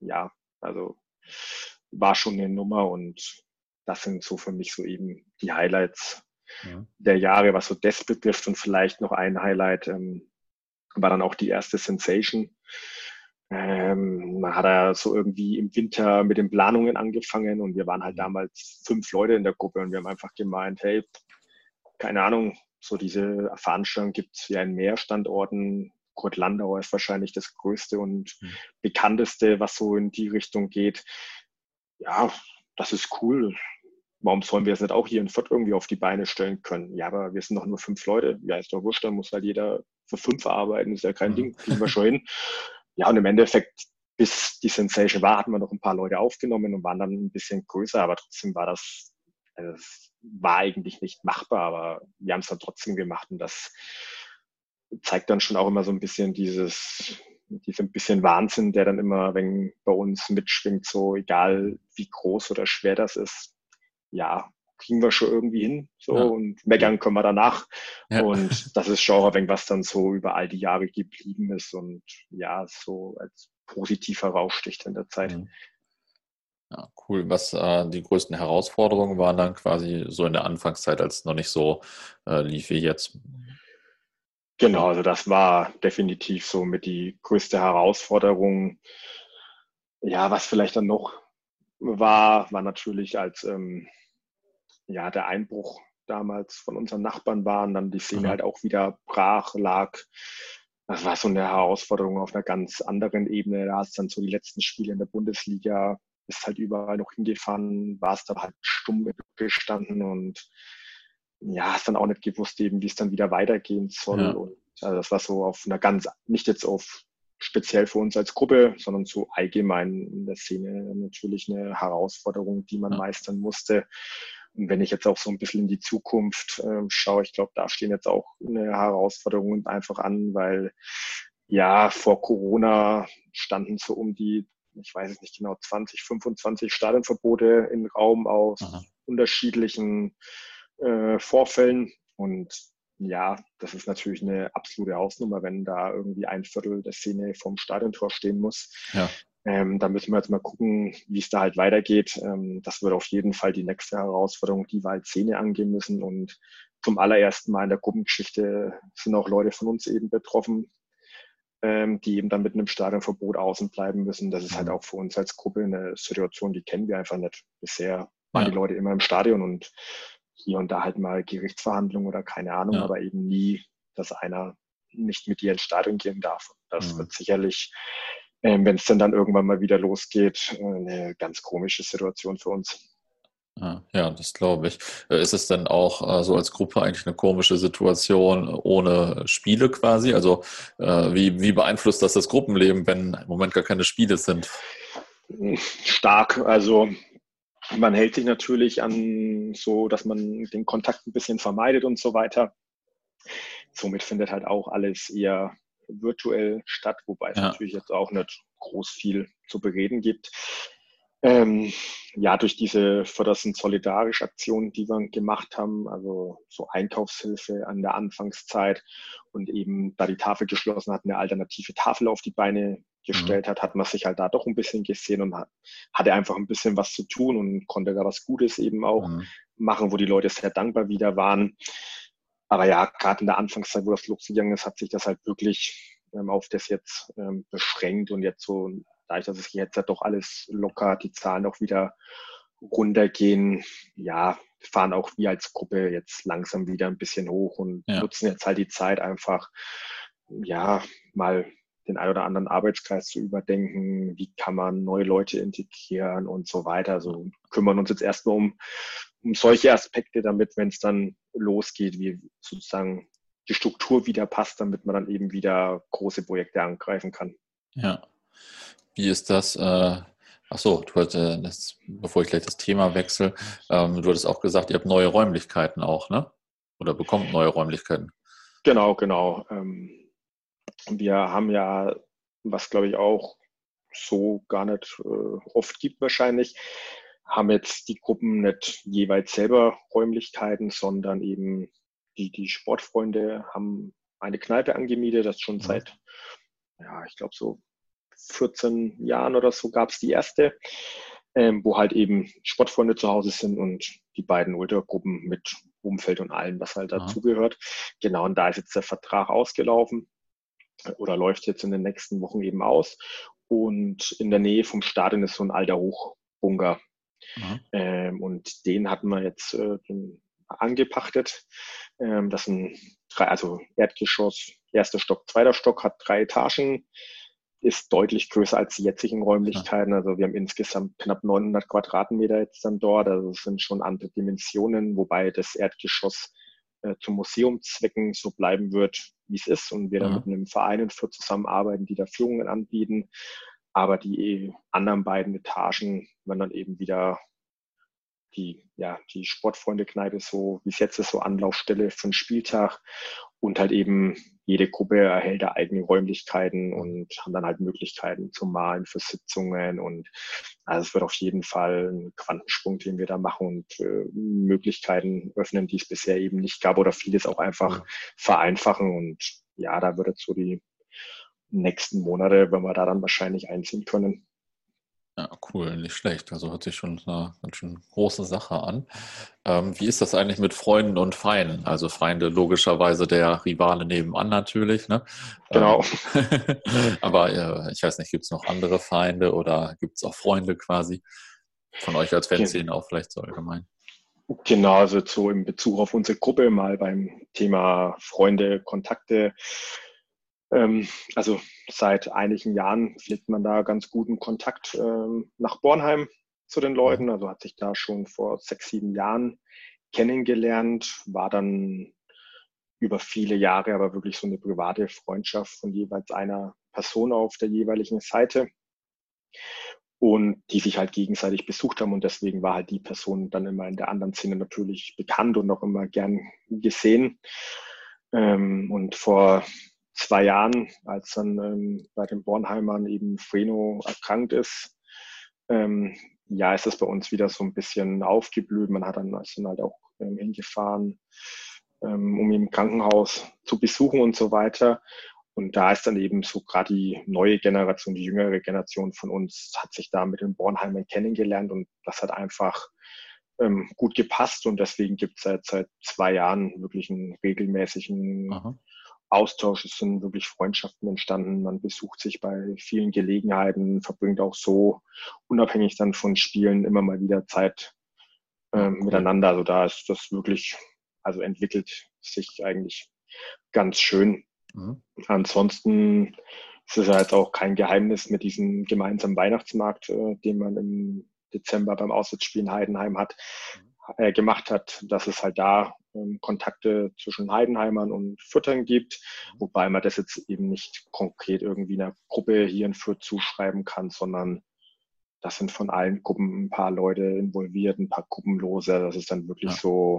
war schon eine Nummer, und das sind so für mich so eben die Highlights der Jahre, was so das betrifft. Und vielleicht noch ein Highlight war dann auch die erste Sensation. Man hat ja so irgendwie im Winter mit den Planungen angefangen, und wir waren halt damals 5 Leute in der Gruppe, und wir haben einfach gemeint, hey, keine Ahnung, so diese Veranstaltung gibt es ja in mehr Standorten. Kurt Landauer ist wahrscheinlich das größte und bekannteste, was so in die Richtung geht. Ja, das ist cool. Warum sollen wir es nicht auch hier in Fürth irgendwie auf die Beine stellen können? Ja, aber wir sind doch nur 5 Leute. Ja, ist doch wurscht, dann muss halt jeder für 5 arbeiten. Ist ja kein Ding, kriegen wir schon hin. Ja, und im Endeffekt, bis die Sensation war, hatten wir noch ein paar Leute aufgenommen und waren dann ein bisschen größer, aber trotzdem war das war eigentlich nicht machbar, aber wir haben es dann trotzdem gemacht, und das zeigt dann schon auch immer so ein bisschen diesen bisschen Wahnsinn, der dann immer, wenn bei uns mitschwingt, so egal wie groß oder schwer das ist, ja, kriegen wir schon irgendwie hin, so, Ja. und meckern können wir danach. Ja. Und das ist schon ein wenig, was dann so über all die Jahre geblieben ist und ja, so als positiv heraussticht in der Zeit. Mhm. Ja, cool. Was die größten Herausforderungen waren dann quasi so in der Anfangszeit, als es noch nicht so lief wie jetzt? Genau, also das war definitiv so mit die größte Herausforderung. Ja, was vielleicht dann noch war natürlich, als ja, der Einbruch damals von unseren Nachbarn war und dann die Szene Aha. halt auch wieder brach lag. Das war so eine Herausforderung auf einer ganz anderen Ebene. Da hast dann so die letzten Spiele in der Bundesliga, bist halt überall noch hingefahren, warst aber halt stumm gestanden und ja, hast dann auch nicht gewusst, eben, wie es dann wieder weitergehen soll. Ja. Und also das war so auf einer ganz, nicht jetzt auf speziell für uns als Gruppe, sondern so allgemein in der Szene natürlich eine Herausforderung, die man Ja. meistern musste. Und wenn ich jetzt auch so ein bisschen in die Zukunft schaue, ich glaube, da stehen jetzt auch eine Herausforderung einfach an, weil ja, vor Corona standen so um die, ich weiß es nicht genau, 20, 25 Stadionverbote im Raum Aha. aus unterschiedlichen Vorfällen. Und ja, das ist natürlich eine absolute Hausnummer, wenn da irgendwie ein Viertel der Szene vom Stadiontor stehen muss. Ja. Da müssen wir jetzt mal gucken, wie es da halt weitergeht. Das wird auf jeden Fall die nächste Herausforderung, die wir als Szene angehen müssen. Und zum allerersten Mal in der Gruppengeschichte sind auch Leute von uns eben betroffen, die eben dann mit einem Stadionverbot außen bleiben müssen. Das ist halt Mhm. auch für uns als Gruppe eine Situation, die kennen wir einfach nicht. Bisher waren die Ja. Leute immer im Stadion und hier und da halt mal Gerichtsverhandlungen oder keine Ahnung, Ja. aber eben nie, dass einer nicht mit dir ins Stadion gehen darf. Das Mhm. wird sicherlich, wenn es dann irgendwann mal wieder losgeht, eine ganz komische Situation für uns. Ja, das glaube ich. Ist es denn auch so als Gruppe eigentlich eine komische Situation ohne Spiele quasi? Also wie beeinflusst das Gruppenleben, wenn im Moment gar keine Spiele sind? Stark, also man hält sich natürlich an so, dass man den Kontakt ein bisschen vermeidet und so weiter. Somit findet halt auch alles eher virtuell statt, wobei es Ja. natürlich jetzt auch nicht groß viel zu bereden gibt. Ähm, ja, durch diese Fördersen solidarisch Aktionen, die wir gemacht haben, also so Einkaufshilfe an der Anfangszeit und eben da die Tafel geschlossen hat, eine alternative Tafel auf die Beine Mhm. gestellt hat man sich halt da doch ein bisschen gesehen und hatte einfach ein bisschen was zu tun und konnte da was Gutes eben auch Mhm. machen, wo die Leute sehr dankbar wieder waren. Aber ja, gerade in der Anfangszeit, wo das losgegangen ist, hat sich das halt wirklich auf das jetzt beschränkt und jetzt so, dadurch, dass es jetzt ja doch alles locker, die Zahlen auch wieder runtergehen, ja, fahren auch wir als Gruppe jetzt langsam wieder ein bisschen hoch und Ja. nutzen jetzt halt die Zeit einfach, ja, mal den ein oder anderen Arbeitskreis zu überdenken, wie kann man neue Leute integrieren und so weiter. Also kümmern uns jetzt erstmal um solche Aspekte, damit, wenn es dann losgeht, wie sozusagen die Struktur wieder passt, damit man dann eben wieder große Projekte angreifen kann. Ja. Wie ist das? Ach so, du hattest, bevor ich gleich das Thema wechsle, du hattest auch gesagt, ihr habt neue Räumlichkeiten auch, ne? Oder bekommt neue Räumlichkeiten. Genau, genau. Wir haben ja, was glaube ich auch so gar nicht oft gibt wahrscheinlich, haben jetzt die Gruppen nicht jeweils selber Räumlichkeiten, sondern eben die Sportfreunde haben eine Kneipe angemietet, das schon Mhm. seit, ja, ich glaube so 14 Jahren oder so gab es die erste, wo halt eben Sportfreunde zu Hause sind und die beiden Ultragruppen mit Umfeld und allem, was halt Aha. dazugehört. Genau, und da ist jetzt der Vertrag ausgelaufen oder läuft jetzt in den nächsten Wochen eben aus. Und in der Nähe vom Stadion ist so ein alter Hochbunker. Aha. Und den hatten wir jetzt angepachtet. Das sind also Erdgeschoss, erster Stock, zweiter Stock, hat 3 Etagen, ist deutlich größer als die jetzigen Ja. Räumlichkeiten. Also wir haben insgesamt knapp 900 Quadratmeter jetzt dann dort. Also es sind schon andere Dimensionen, wobei das Erdgeschoss zu Museumszwecken so bleiben wird, wie es ist. Und wir dann mit Aha. einem Verein in Fürth zusammenarbeiten, die da Führungen anbieten. Aber die anderen beiden Etagen werden dann eben wieder die Sportfreunde-Kneipe, so wie es jetzt ist, so Anlaufstelle für den Spieltag. Und halt eben jede Gruppe erhält da eigene Räumlichkeiten und haben dann halt Möglichkeiten zum Malen für Sitzungen. Und also es wird auf jeden Fall ein Quantensprung, den wir da machen und Möglichkeiten öffnen, die es bisher eben nicht gab oder vieles auch einfach vereinfachen. Und ja, da wird jetzt so die nächsten Monate, wenn wir da dann wahrscheinlich einziehen können. Ja, cool, nicht schlecht. Also hört sich schon eine ganz schön große Sache an. Wie ist das eigentlich mit Freunden und Feinden? Also Feinde logischerweise der Rivale nebenan natürlich, ne? Genau. Aber ich weiß nicht, gibt es noch andere Feinde oder gibt es auch Freunde quasi von euch als Fanszene auch vielleicht so allgemein? Genau, also so in Bezug auf unsere Gruppe mal beim Thema Freunde, Kontakte. Also seit einigen Jahren pflegt man da ganz guten Kontakt nach Bornheim zu den Mhm. Leuten. Also hat sich da schon vor 6, 7 Jahren kennengelernt, war dann über viele Jahre aber wirklich so eine private Freundschaft von jeweils einer Person auf der jeweiligen Seite und die sich halt gegenseitig besucht haben und deswegen war halt die Person dann immer in der anderen Szene natürlich bekannt und auch immer gern gesehen. Und vor 2 Jahren, als dann bei den Bornheimern eben Freno erkrankt ist, ja, ist das bei uns wieder so ein bisschen aufgeblüht. Man hat dann ist dann halt auch hingefahren, um ihn im Krankenhaus zu besuchen und so weiter. Und da ist dann eben so gerade die neue Generation, die jüngere Generation von uns hat sich da mit den Bornheimern kennengelernt und das hat einfach gut gepasst und deswegen gibt es seit 2 Jahren wirklich einen regelmäßigen Aha. Austausch. Es sind wirklich Freundschaften entstanden. Man besucht sich bei vielen Gelegenheiten, verbringt auch so unabhängig dann von Spielen immer mal wieder Zeit Ja, cool. miteinander. Also da ist das wirklich, also entwickelt sich eigentlich ganz schön. Mhm. Ansonsten ist es ja jetzt auch kein Geheimnis mit diesem gemeinsamen Weihnachtsmarkt, den man im Dezember beim Auswärtsspiel in Heidenheim gemacht hat, dass es halt da Kontakte zwischen Heidenheimern und Fürthern gibt, wobei man das jetzt eben nicht konkret irgendwie einer Gruppe hier in Fürth zuschreiben kann, sondern das sind von allen Gruppen ein paar Leute involviert, ein paar Gruppenlose. Das ist dann wirklich Ja, so,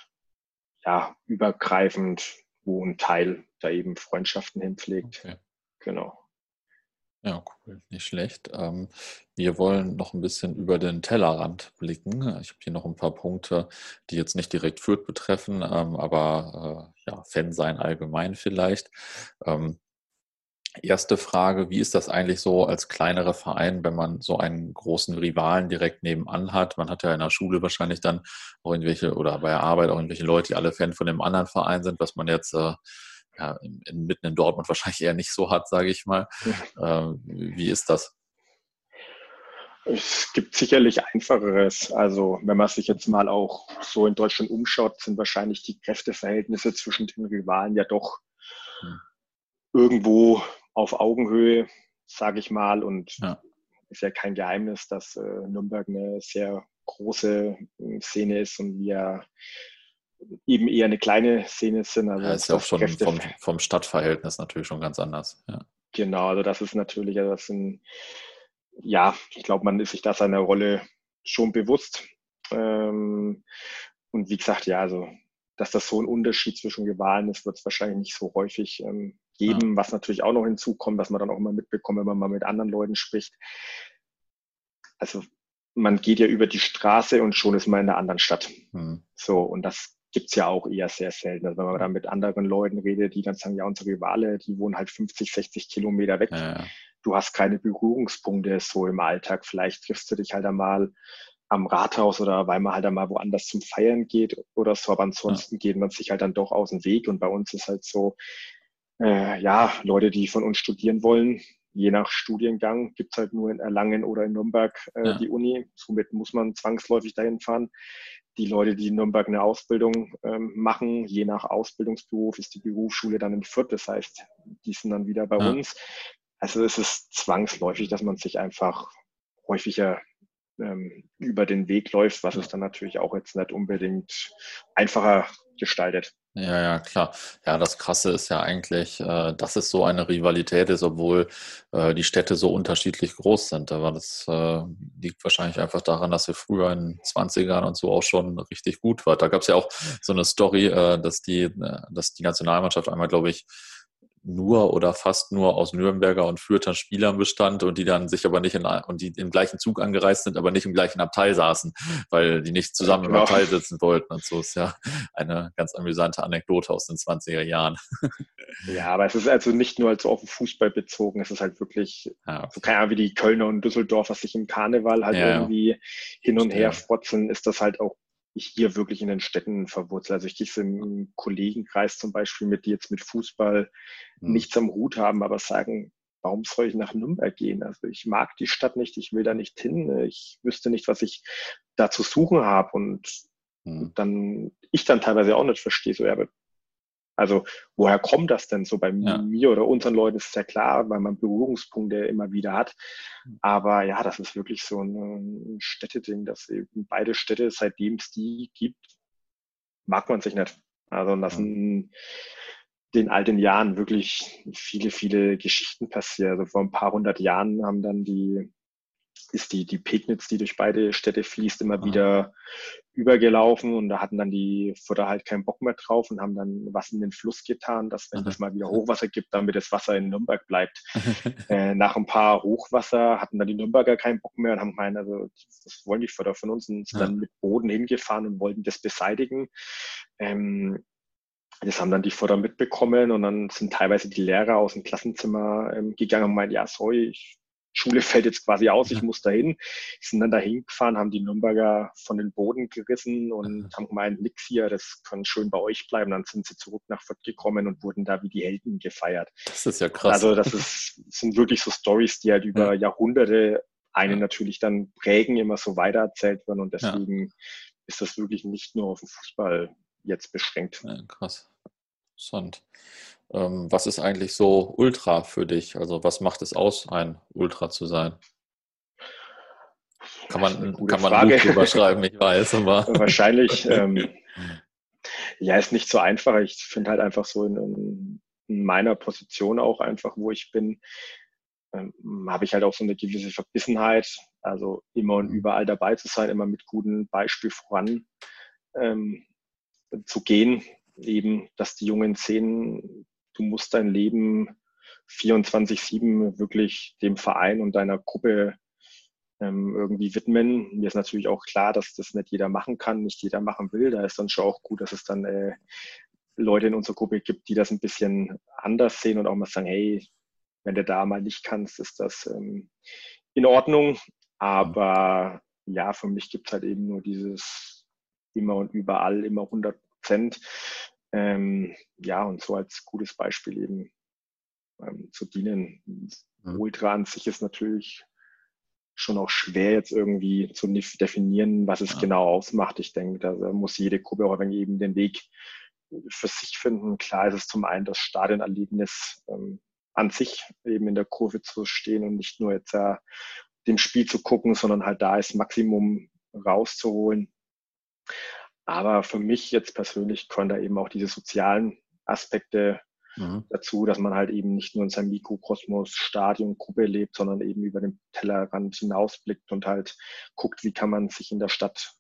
ja, übergreifend, wo ein Teil da eben Freundschaften hinpflegt. okay. Genau. Ja, cool, nicht schlecht. Wir wollen noch ein bisschen über den Tellerrand blicken. Ich habe hier noch ein paar Punkte, die jetzt nicht direkt Fürth betreffen, aber ja, Fan sein allgemein vielleicht. Ähm, Erste Frage, wie ist das eigentlich so als kleinerer Verein, wenn man so einen großen Rivalen direkt nebenan hat? Man hat ja in der Schule wahrscheinlich dann auch irgendwelche oder bei der Arbeit auch irgendwelche Leute, die alle Fan von dem anderen Verein sind, was man jetzt ja, mitten in Dortmund wahrscheinlich eher nicht so hat, sage ich mal. Wie ist das? Es gibt sicherlich Einfacheres. Also wenn man sich jetzt mal auch so in Deutschland umschaut, sind wahrscheinlich die Kräfteverhältnisse zwischen den Rivalen ja doch Hm. irgendwo auf Augenhöhe, sage ich mal. Und Ja, ist ja kein Geheimnis, dass Nürnberg eine sehr große Szene ist und wir eben eher eine kleine Szene sind. Also ja, ist jetzt ja auch das schon Kräfte, vom Stadtverhältnis natürlich schon ganz anders. Ja, genau, also das ist natürlich, also das sind, ja, ich glaube, man ist sich da seiner Rolle schon bewusst. Ähm, und wie gesagt, ja, also, dass das so ein Unterschied zwischen Rivalen ist, wird es wahrscheinlich nicht so häufig ja, geben. Was natürlich auch noch hinzukommt, was man dann auch immer mitbekommt, wenn man mal mit anderen Leuten spricht. Also man geht ja über die Straße und schon ist man in einer anderen Stadt. hm, So, und das gibt's ja auch eher sehr selten. Also wenn man dann mit anderen Leuten redet, die dann sagen, ja, unsere Rivale, die wohnen halt 50, 60 Kilometer weg. ja, Du hast keine Berührungspunkte so im Alltag. Vielleicht triffst du dich halt einmal am Rathaus oder weil man halt einmal woanders zum Feiern geht oder so. Aber ja, ansonsten geht man sich halt dann doch aus dem Weg. Und bei uns ist halt so, ja, Leute, die von uns studieren wollen, je nach Studiengang gibt's halt nur in Erlangen oder in Nürnberg ja, die Uni. Somit muss man zwangsläufig dahin fahren. Die Leute, die in Nürnberg eine Ausbildung machen, je nach Ausbildungsberuf ist die Berufsschule dann in Fürth. Das heißt, die sind dann wieder bei ja. uns. Also es ist zwangsläufig, dass man sich einfach häufiger über den Weg läuft, was es Ja. dann natürlich auch jetzt nicht unbedingt einfacher gestaltet. Ja, ja, klar. Ja, das Krasse ist ja eigentlich, dass es so eine Rivalität ist, obwohl die Städte so unterschiedlich groß sind. Aber das liegt wahrscheinlich einfach daran, dass ihr früher in den 20ern und so auch schon richtig gut wart. Da gab es ja auch so eine Story, dass die Nationalmannschaft einmal, glaube ich, nur oder fast nur aus Nürnberger und Fürther Spielern bestand und die dann sich aber nicht und die im gleichen Zug angereist sind, aber nicht im gleichen Abteil saßen, weil die nicht zusammen im Genau. Abteil sitzen wollten und so. Ist ja eine ganz amüsante Anekdote aus den 20er Jahren. Ja, aber es ist also nicht nur also auf den Fußball bezogen, es ist halt wirklich Ja, so, okay. keine Ahnung, wie die Kölner und Düsseldorfer sich im Karneval halt Ja, ja, irgendwie hin und her verstehe. frotzen, ist das halt auch hier wirklich in den Städten verwurzelt. Also ich kriege im Kollegenkreis zum Beispiel mit, die jetzt mit Fußball Hm. nichts am Hut haben, aber sagen, warum soll ich nach Nürnberg gehen? Also ich mag die Stadt nicht, ich will da nicht hin, ich wüsste nicht, was ich da zu suchen habe und Hm. dann teilweise auch nicht verstehe, so, ja, aber also woher kommt das denn so? Bei Ja. mir oder unseren Leuten ist es ja klar, weil man Berührungspunkte immer wieder hat. Aber ja, das ist wirklich so ein Städteding, dass eben beide Städte, seitdem es die gibt, mag man sich nicht. Also und das Hm. sind den alten Jahren wirklich viele, viele Geschichten passiert. Also vor ein paar hundert Jahren haben dann ist die Pegnitz, die durch beide Städte fließt, immer Aha. wieder übergelaufen und da hatten dann die Futter halt keinen Bock mehr drauf und haben dann was in den Fluss getan, dass wenn das mal wieder Hochwasser gibt, damit das Wasser in Nürnberg bleibt. Nach ein paar Hochwasser hatten dann die Nürnberger keinen Bock mehr und haben gemeint, also das wollen die Futter von uns und sind Ja. dann mit Boden hingefahren und wollten das beseitigen. Das haben dann die Futter mitbekommen und dann sind teilweise die Lehrer aus dem Klassenzimmer gegangen und meinen, ja, sorry, Schule fällt jetzt quasi aus, ich muss dahin. Sind dann dahin gefahren, haben die Nürnberger von den Boden gerissen und haben gemeint, nix hier, das kann schön bei euch bleiben. Dann sind sie zurück nach Fürth gekommen und wurden da wie die Helden gefeiert. Das ist ja krass. Also sind wirklich so Stories, die halt Ja, über Jahrhunderte einen ja, natürlich dann prägen, immer so weitererzählt werden und ja, deswegen ist das wirklich nicht nur auf den Fußball jetzt beschränkt. ja, krass. Interessant. Was ist eigentlich so Ultra für dich? Also was macht es aus, ein Ultra zu sein? Das ist eine gute Kann man ein Buch Frage. drüber schreiben, ich weiß, aber Wahrscheinlich, ja, ist nicht so einfach. Ich finde halt einfach so in meiner Position auch einfach, wo ich bin, habe ich halt auch so eine gewisse Verbissenheit, also immer und hm, überall dabei zu sein, immer mit gutem Beispiel voran ähm, zu gehen, eben, dass die Jungen sehen, du musst dein Leben 24/7 wirklich dem Verein und deiner Gruppe irgendwie widmen. Mir ist natürlich auch klar, dass das nicht jeder machen kann, nicht jeder machen will. Da ist dann schon auch gut, dass es dann Leute in unserer Gruppe gibt, die das ein bisschen anders sehen und auch mal sagen, hey, wenn du da mal nicht kannst, ist das in Ordnung. hm, Aber ja, für mich gibt es halt eben nur dieses immer und überall, immer 100%. Ja, und so als gutes Beispiel eben zu dienen. hm, Ultra an sich ist natürlich schon auch schwer jetzt irgendwie zu definieren, was es ja, genau ausmacht. Ich denke, da muss jede Gruppe auch wenn eben den Weg für sich finden. Klar ist es zum einen das Stadionerlebnis an sich, eben in der Kurve zu stehen und nicht nur jetzt dem Spiel zu gucken, sondern halt da ist Maximum rauszuholen. Aber für mich jetzt persönlich können da eben auch diese sozialen Aspekte hm, dazu, dass man halt eben nicht nur in seinem Mikrokosmos Stadion, Gruppe lebt, sondern eben über den Tellerrand hinausblickt und halt guckt, wie kann man sich in der Stadt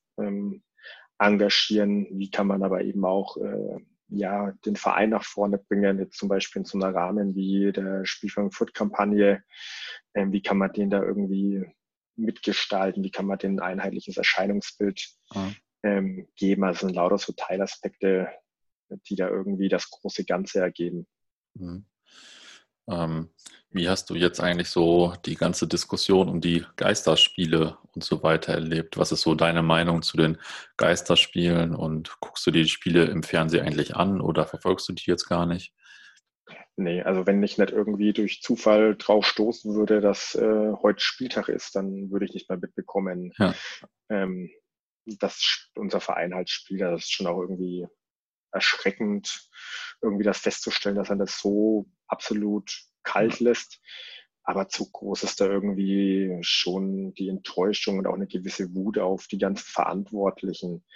engagieren, wie kann man aber eben auch ja, den Verein nach vorne bringen, jetzt zum Beispiel in so einem Rahmen wie der Spielfang-Foot-Kampagne, wie kann man den da irgendwie mitgestalten, wie kann man den ein einheitliches Erscheinungsbild ja, geben. Also sind lauter so Teilaspekte, die da irgendwie das große Ganze ergeben. hm. Ähm, Wie hast du jetzt eigentlich so die ganze Diskussion um die Geisterspiele und so weiter erlebt? Was ist so deine Meinung zu den Geisterspielen und guckst du dir die Spiele im Fernsehen eigentlich an oder verfolgst du die jetzt gar nicht? Nee, also wenn ich nicht irgendwie durch Zufall drauf stoßen würde, dass heute Spieltag ist, dann würde ich nicht mehr mitbekommen, Ja, ähm, dass unser Verein halt spielt. Das ist schon auch irgendwie erschreckend, irgendwie das festzustellen, dass er das so absolut ja, kalt lässt. Aber zu groß ist da irgendwie schon die Enttäuschung und auch eine gewisse Wut auf die ganzen Verantwortlichen.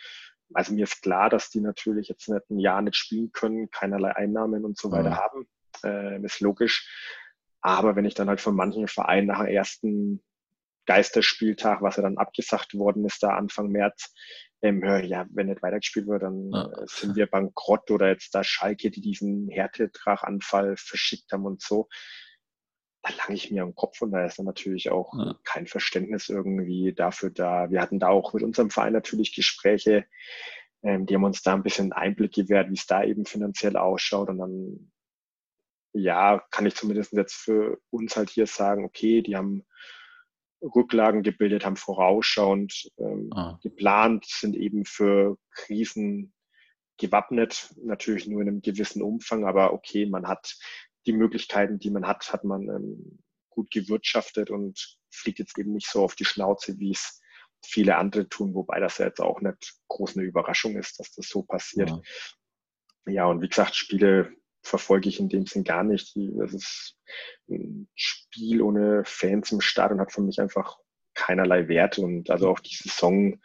also mir ist klar, dass die natürlich jetzt nicht ein Jahr nicht spielen können, keinerlei Einnahmen und so weiter haben. Ist logisch. Aber wenn ich dann halt von manchen Vereinen nach dem ersten Geisterspieltag, was ja dann abgesagt worden ist, da Anfang März, höre, ja, wenn nicht weitergespielt wird, dann sind wir bankrott, oder jetzt da Schalke, die diesen Härtedrachanfall verschickt haben und so, da lange ich mir am Kopf, und da ist dann natürlich auch kein Verständnis irgendwie dafür da. Wir hatten da auch mit unserem Verein natürlich Gespräche, die haben uns da ein bisschen Einblick gewährt, wie es da eben finanziell ausschaut, und dann, ja, kann ich zumindest jetzt für uns halt hier sagen, okay, die haben Rücklagen gebildet, haben vorausschauend geplant, sind eben für Krisen gewappnet, natürlich nur in einem gewissen Umfang, aber okay, man hat die Möglichkeiten, die man hat man gut gewirtschaftet und fliegt jetzt eben nicht so auf die Schnauze, wie es viele andere tun, wobei das ja jetzt auch nicht groß eine Überraschung ist, dass das so passiert. Ja, und wie gesagt, Spiele verfolge ich in dem Sinn gar nicht. Das ist ein Spiel ohne Fans im Stadion, hat für mich einfach keinerlei Wert. Und also auch die Saison,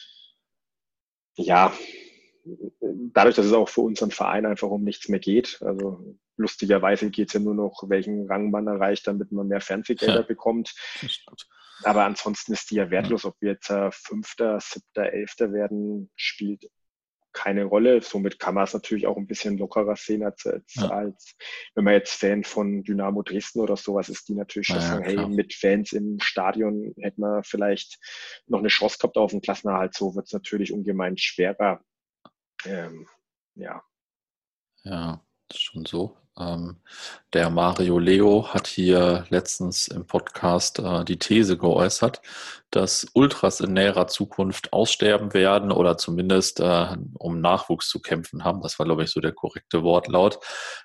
ja, dadurch, dass es auch für unseren Verein einfach um nichts mehr geht. Also lustigerweise geht es ja nur noch, welchen Rang man erreicht, damit man mehr Fernsehgelder bekommt. Aber ansonsten ist die ja wertlos. Ob wir jetzt Fünfter, Siebter, Elfter werden, spielt keine Rolle. Somit kann man es natürlich auch ein bisschen lockerer sehen, als wenn man jetzt Fan von Dynamo Dresden oder sowas ist, die natürlich schon sagen, hey, mit Fans im Stadion hätte man vielleicht noch eine Chance gehabt auf den Klassenerhalt. So wird es natürlich ungemein schwerer. Ja, das ist schon so. Der Mario Leo hat hier letztens im Podcast die These geäußert, dass Ultras in näherer Zukunft aussterben werden oder zumindest um Nachwuchs zu kämpfen haben. Das war, glaube ich, so der korrekte Wortlaut.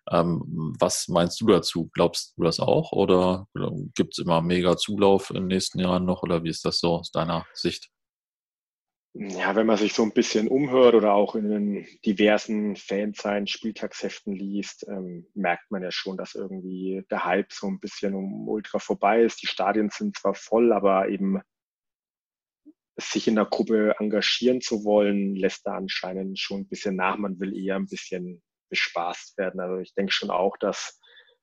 Was meinst du dazu? Glaubst du das auch, oder gibt es immer mega Zulauf in den nächsten Jahren noch, oder wie ist das so aus deiner Sicht? Ja, wenn man sich so ein bisschen umhört oder auch in den diversen Fansign, Spieltagsheften liest, merkt man ja schon, dass irgendwie der Hype so ein bisschen um Ultra vorbei ist. Die Stadien sind zwar voll, aber eben sich in der Gruppe engagieren zu wollen, lässt da anscheinend schon ein bisschen nach. Man will eher ein bisschen bespaßt werden. Also ich denke schon auch, dass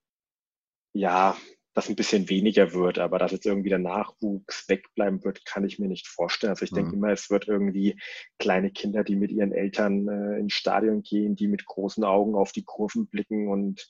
ja, das ein bisschen weniger wird, aber dass jetzt irgendwie der Nachwuchs wegbleiben wird, kann ich mir nicht vorstellen. Also ich denke immer, es wird irgendwie kleine Kinder, die mit ihren Eltern ins Stadion gehen, die mit großen Augen auf die Kurven blicken und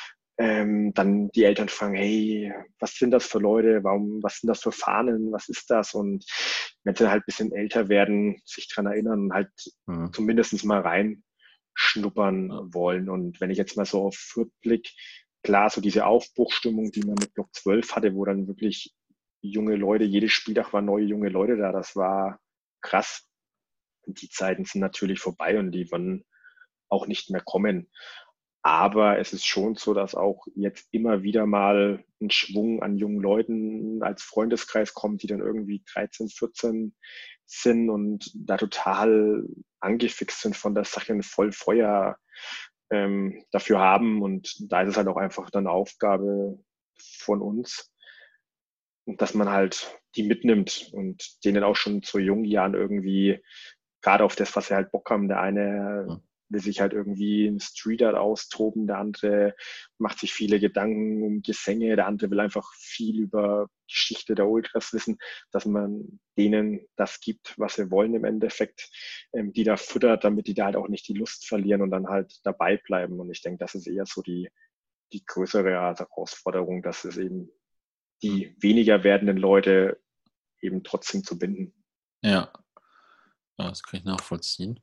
dann die Eltern fragen, hey, was sind das für Leute? Was sind das für Fahnen? Was ist das? Und wenn sie halt ein bisschen älter werden, sich dran erinnern und halt zumindest mal reinschnuppern wollen. Und wenn ich jetzt mal so auf Fürth blicke, klar, so diese Aufbruchstimmung, die man mit Block 12 hatte, wo dann wirklich junge Leute, jedes Spieltag waren neue junge Leute da, das war krass. Und die Zeiten sind natürlich vorbei und die werden auch nicht mehr kommen. Aber es ist schon so, dass auch jetzt immer wieder mal ein Schwung an jungen Leuten als Freundeskreis kommt, die dann irgendwie 13, 14 sind und da total angefixt sind von der Sache und voll Feuer dafür haben. Und da ist es halt auch einfach dann Aufgabe von uns, dass man halt die mitnimmt und denen auch schon zu jungen Jahren irgendwie gerade auf das, was sie halt Bock haben. Der eine will sich halt irgendwie im Street Art austoben, der andere macht sich viele Gedanken um Gesänge, der andere will einfach viel über Geschichte der Ultras wissen, dass man denen das gibt, was sie wollen im Endeffekt, die da füttert, damit die da halt auch nicht die Lust verlieren und dann halt dabei bleiben. Und ich denke, das ist eher so die größere Herausforderung, dass es eben die weniger werdenden Leute eben trotzdem zu binden. Ja, das kann ich nachvollziehen.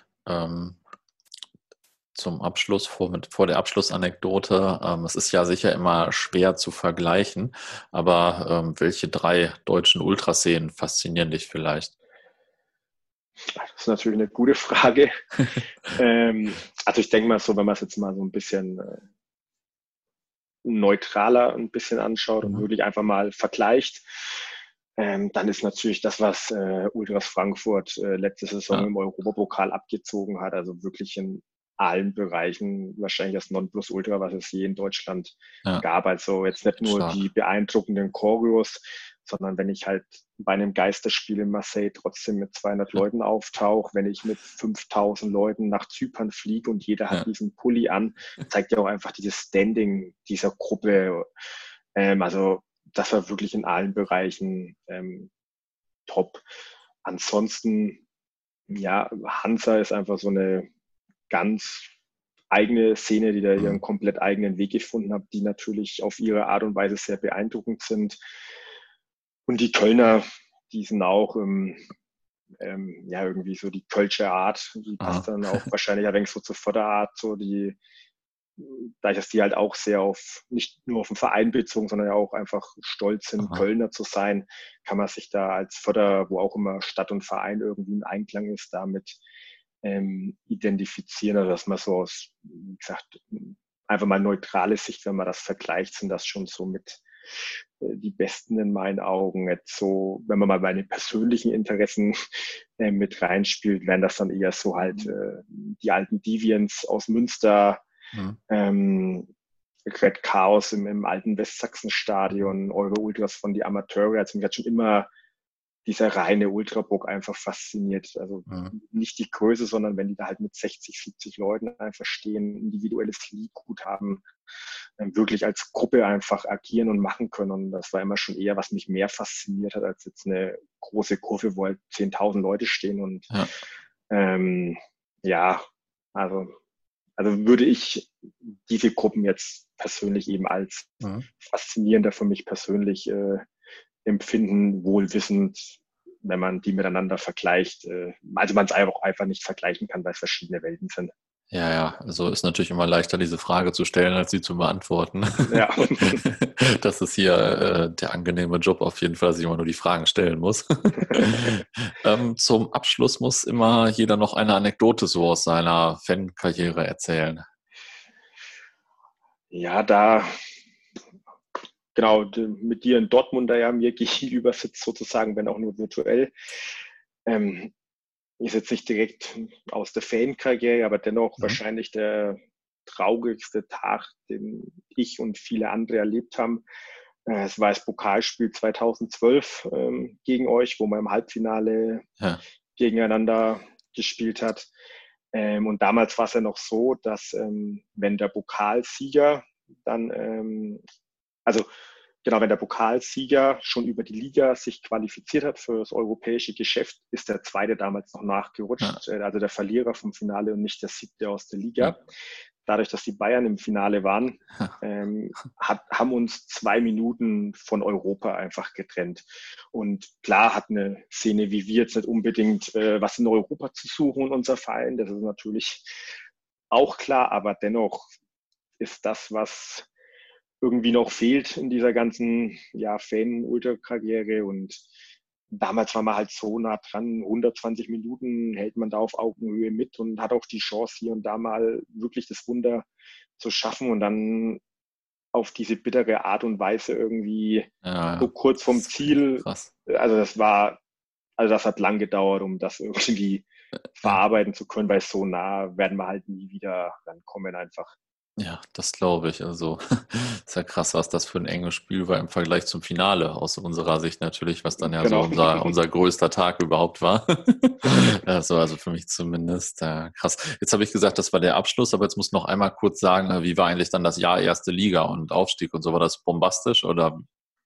Zum Abschluss, vor der Abschlussanekdote, es ist ja sicher immer schwer zu vergleichen, aber welche 3 deutschen Ultraszenen faszinieren dich vielleicht? Das ist natürlich eine gute Frage. Also ich denke mal so, wenn man es jetzt mal so ein bisschen neutraler ein bisschen anschaut und wirklich einfach mal vergleicht, dann ist natürlich das, was Ultras Frankfurt letzte Saison im Europapokal abgezogen hat, also wirklich in allen Bereichen wahrscheinlich das Nonplusultra, was es je in Deutschland gab. Also jetzt nicht nur die beeindruckenden Choreos, sondern wenn ich halt bei einem Geisterspiel in Marseille trotzdem mit 200 Leuten auftauche, wenn ich mit 5000 Leuten nach Zypern fliege und jeder hat diesen Pulli an, zeigt ja auch einfach dieses Standing dieser Gruppe. Also das war wirklich in allen Bereichen top. Ansonsten, ja, Hansa ist einfach so eine ganz eigene Szene, die da ihren komplett eigenen Weg gefunden hat, die natürlich auf ihre Art und Weise sehr beeindruckend sind. Und die Kölner, die sind auch ja, irgendwie so die Kölsche Art, die passt dann auch wahrscheinlich ein wenig so zur Vorderart, so die, da dass die halt auch sehr auf, nicht nur auf den Verein bezogen, sondern ja auch einfach stolz sind, Kölner zu sein, kann man sich da als Förder, wo auch immer Stadt und Verein irgendwie im Einklang ist, damit identifizieren, also dass man so aus, wie gesagt, einfach mal neutrale Sicht, wenn man das vergleicht, sind das schon so mit die Besten in meinen Augen. Jetzt so, wenn man mal meine persönlichen Interessen mit reinspielt, wären das dann eher so halt die alten Deviants aus Münster, Red Chaos im alten Westsachsenstadion, eure Ultras von die Amateure. Also mich hat schon immer dieser reine Ultrabock einfach fasziniert. Also nicht die Größe, sondern wenn die da halt mit 60, 70 Leuten einfach stehen, individuelles Liedgut haben, wirklich als Gruppe einfach agieren und machen können. Und das war immer schon eher, was mich mehr fasziniert hat, als jetzt eine große Kurve, wo halt 10.000 Leute stehen. Und ja, also würde ich diese Gruppen jetzt persönlich eben als faszinierender für mich persönlich empfinden, wohlwissend, wenn man die miteinander vergleicht. Also man es einfach nicht vergleichen kann, weil es verschiedene Welten sind. Ja, also ist natürlich immer leichter, diese Frage zu stellen, als sie zu beantworten. Ja. Das ist hier der angenehme Job auf jeden Fall, dass ich immer nur die Fragen stellen muss. Zum Abschluss muss immer jeder noch eine Anekdote so aus seiner Fankarriere erzählen. Ja, genau, mit dir in Dortmund, der ja mir gegenüber sitzt sozusagen, wenn auch nur virtuell. Ist jetzt nicht direkt aus der Fankarriere, aber dennoch wahrscheinlich der traurigste Tag, den ich und viele andere erlebt haben. Es war das Pokalspiel 2012 gegen euch, wo man im Halbfinale gegeneinander gespielt hat. Und damals war es ja noch so, dass wenn der Pokalsieger dann, also genau, wenn der Pokalsieger schon über die Liga sich qualifiziert hat für das europäische Geschäft, ist der Zweite damals noch nachgerutscht, also der Verlierer vom Finale und nicht der Siebte aus der Liga. Dadurch, dass die Bayern im Finale waren, haben uns 2 Minuten von Europa einfach getrennt. Und klar hat eine Szene wie wir jetzt nicht unbedingt was in Europa zu suchen, unser Verein, das ist natürlich auch klar, aber dennoch ist das, was irgendwie noch fehlt in dieser ganzen Fan-Ultra-Karriere. Und damals war man halt so nah dran, 120 Minuten hält man da auf Augenhöhe mit und hat auch die Chance, hier und da mal wirklich das Wunder zu schaffen und dann auf diese bittere Art und Weise irgendwie so kurz vom Ziel. Krass. Also das hat lang gedauert, um das irgendwie verarbeiten zu können, weil so nah werden wir halt nie wieder rankommen einfach. Ja, das glaube ich. Also ist ja krass, was das für ein enges Spiel war im Vergleich zum Finale aus unserer Sicht natürlich, was dann ja so unser größter Tag überhaupt war. Also für mich zumindest. Krass. Jetzt habe ich gesagt, das war der Abschluss, aber jetzt muss noch einmal kurz sagen, wie war eigentlich dann das Jahr erste Liga und Aufstieg und so? War das bombastisch oder?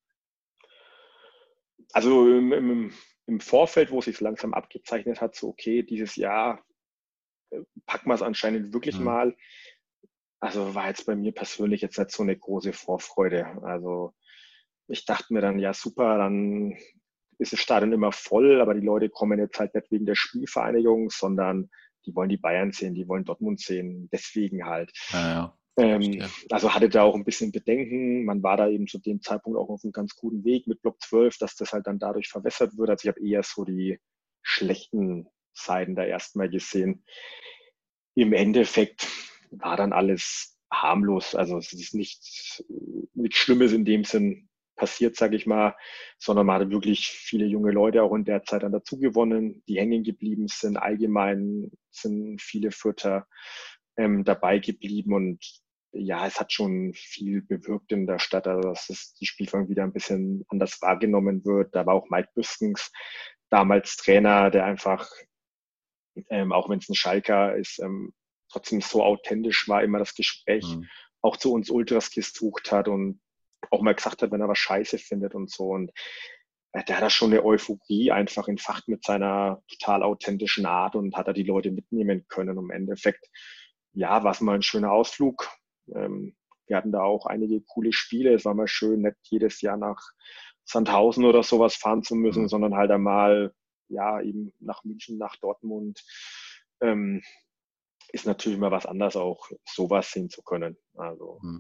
Also im Vorfeld, wo es sich langsam abgezeichnet hat, so okay, dieses Jahr packen wir es anscheinend wirklich mal. Also war jetzt bei mir persönlich jetzt nicht so eine große Vorfreude. Also ich dachte mir dann, ja super, dann ist das Stadion immer voll, aber die Leute kommen jetzt halt nicht wegen der Spielvereinigung, sondern die wollen die Bayern sehen, die wollen Dortmund sehen, deswegen halt. Also hatte da auch ein bisschen Bedenken. Man war da eben zu dem Zeitpunkt auch auf einem ganz guten Weg mit Block 12, dass das halt dann dadurch verwässert wird. Also ich habe eher so die schlechten Seiten da erstmal gesehen. Im Endeffekt war dann alles harmlos. Also es ist nichts Schlimmes in dem Sinn passiert, sage ich mal, sondern man hatte wirklich viele junge Leute auch in der Zeit dann dazu gewonnen, die hängen geblieben sind. Allgemein sind viele Vierter dabei geblieben und ja, es hat schon viel bewirkt in der Stadt, also dass die Spielfang wieder ein bisschen anders wahrgenommen wird. Da war auch Mike Büskens damals Trainer, der einfach, auch wenn es ein Schalker ist, trotzdem so authentisch war, immer das Gespräch Mhm. auch zu uns Ultras gesucht hat und auch mal gesagt hat, wenn er was scheiße findet und so. Und der hat da schon eine Euphorie einfach entfacht mit seiner total authentischen Art und hat da die Leute mitnehmen können. Und im Endeffekt, ja, war es mal ein schöner Ausflug. Wir hatten da auch einige coole Spiele. Es war mal schön, nicht jedes Jahr nach Sandhausen oder sowas fahren zu müssen, Mhm. sondern halt einmal, ja, eben nach München, nach Dortmund. Ähm, ist natürlich mal was anderes, auch sowas sehen zu können. Also, Mhm.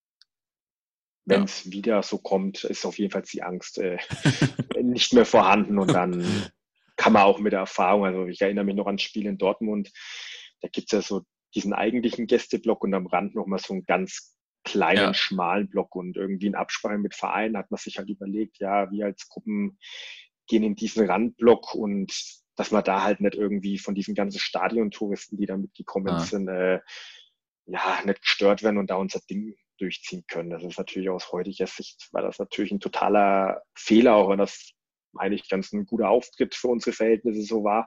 wenn Ja. es wieder so kommt, ist auf jeden Fall die Angst nicht mehr vorhanden und dann kann man auch mit der Erfahrung, also ich erinnere mich noch an das Spiel in Dortmund, da gibt es ja so diesen eigentlichen Gästeblock und am Rand nochmal so einen ganz kleinen, Ja. schmalen Block und irgendwie in Absprache mit Vereinen hat man sich halt überlegt, ja, wir als Gruppen gehen in diesen Randblock und dass man da halt nicht irgendwie von diesen ganzen Stadiontouristen, die da mitgekommen Ah. sind, ja, nicht gestört werden und da unser Ding durchziehen können. Das ist natürlich aus heutiger Sicht, war das natürlich ein totaler Fehler, auch wenn das eigentlich ganz ein guter Auftritt für unsere Verhältnisse so war.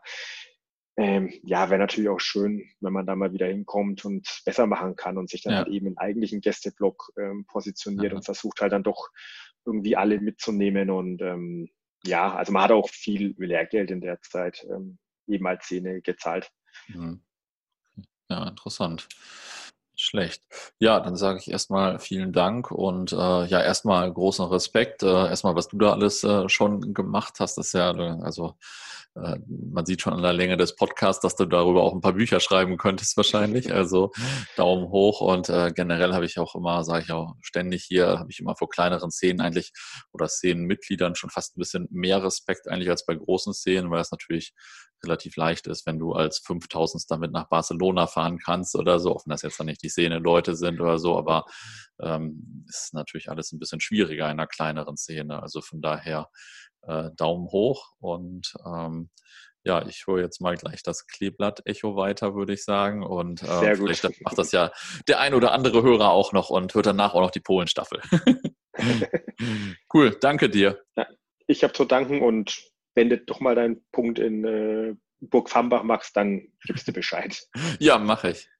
Ja, wäre natürlich auch schön, wenn man da mal wieder hinkommt und besser machen kann und sich dann halt Ja. eben im eigentlichen Gästeblock positioniert und Ja. versucht halt dann doch irgendwie alle mitzunehmen. Und ja, also man hat auch viel Lehrgeld in der Zeit eben als Szene gezahlt. Mhm. Ja, interessant. Schlecht. Ja, dann sage ich erstmal vielen Dank und ja, erstmal großen Respekt. Erstmal, was du da alles schon gemacht hast, ist ja, also man sieht schon an der Länge des Podcasts, dass du darüber auch ein paar Bücher schreiben könntest wahrscheinlich. Also Daumen hoch und generell habe ich auch immer, sage ich auch ständig hier, habe ich immer vor kleineren Szenen eigentlich oder Szenenmitgliedern schon fast ein bisschen mehr Respekt eigentlich als bei großen Szenen, weil es natürlich relativ leicht ist, wenn du als 5000 damit nach Barcelona fahren kannst oder so, auch wenn das jetzt dann nicht die Szene-Leute sind oder so, aber ist natürlich alles ein bisschen schwieriger in einer kleineren Szene. Also von daher Daumen hoch und ja, ich höre jetzt mal gleich das Kleeblatt-Echo weiter, würde ich sagen. Und Sehr gut. vielleicht macht das ja der ein oder andere Hörer auch noch und hört danach auch noch die Polen-Staffel. Cool, danke dir. Ja, ich habe zu danken und wenn du doch mal deinen Punkt in Burg Fambach machst, dann gibst du Bescheid. Ja, mache ich.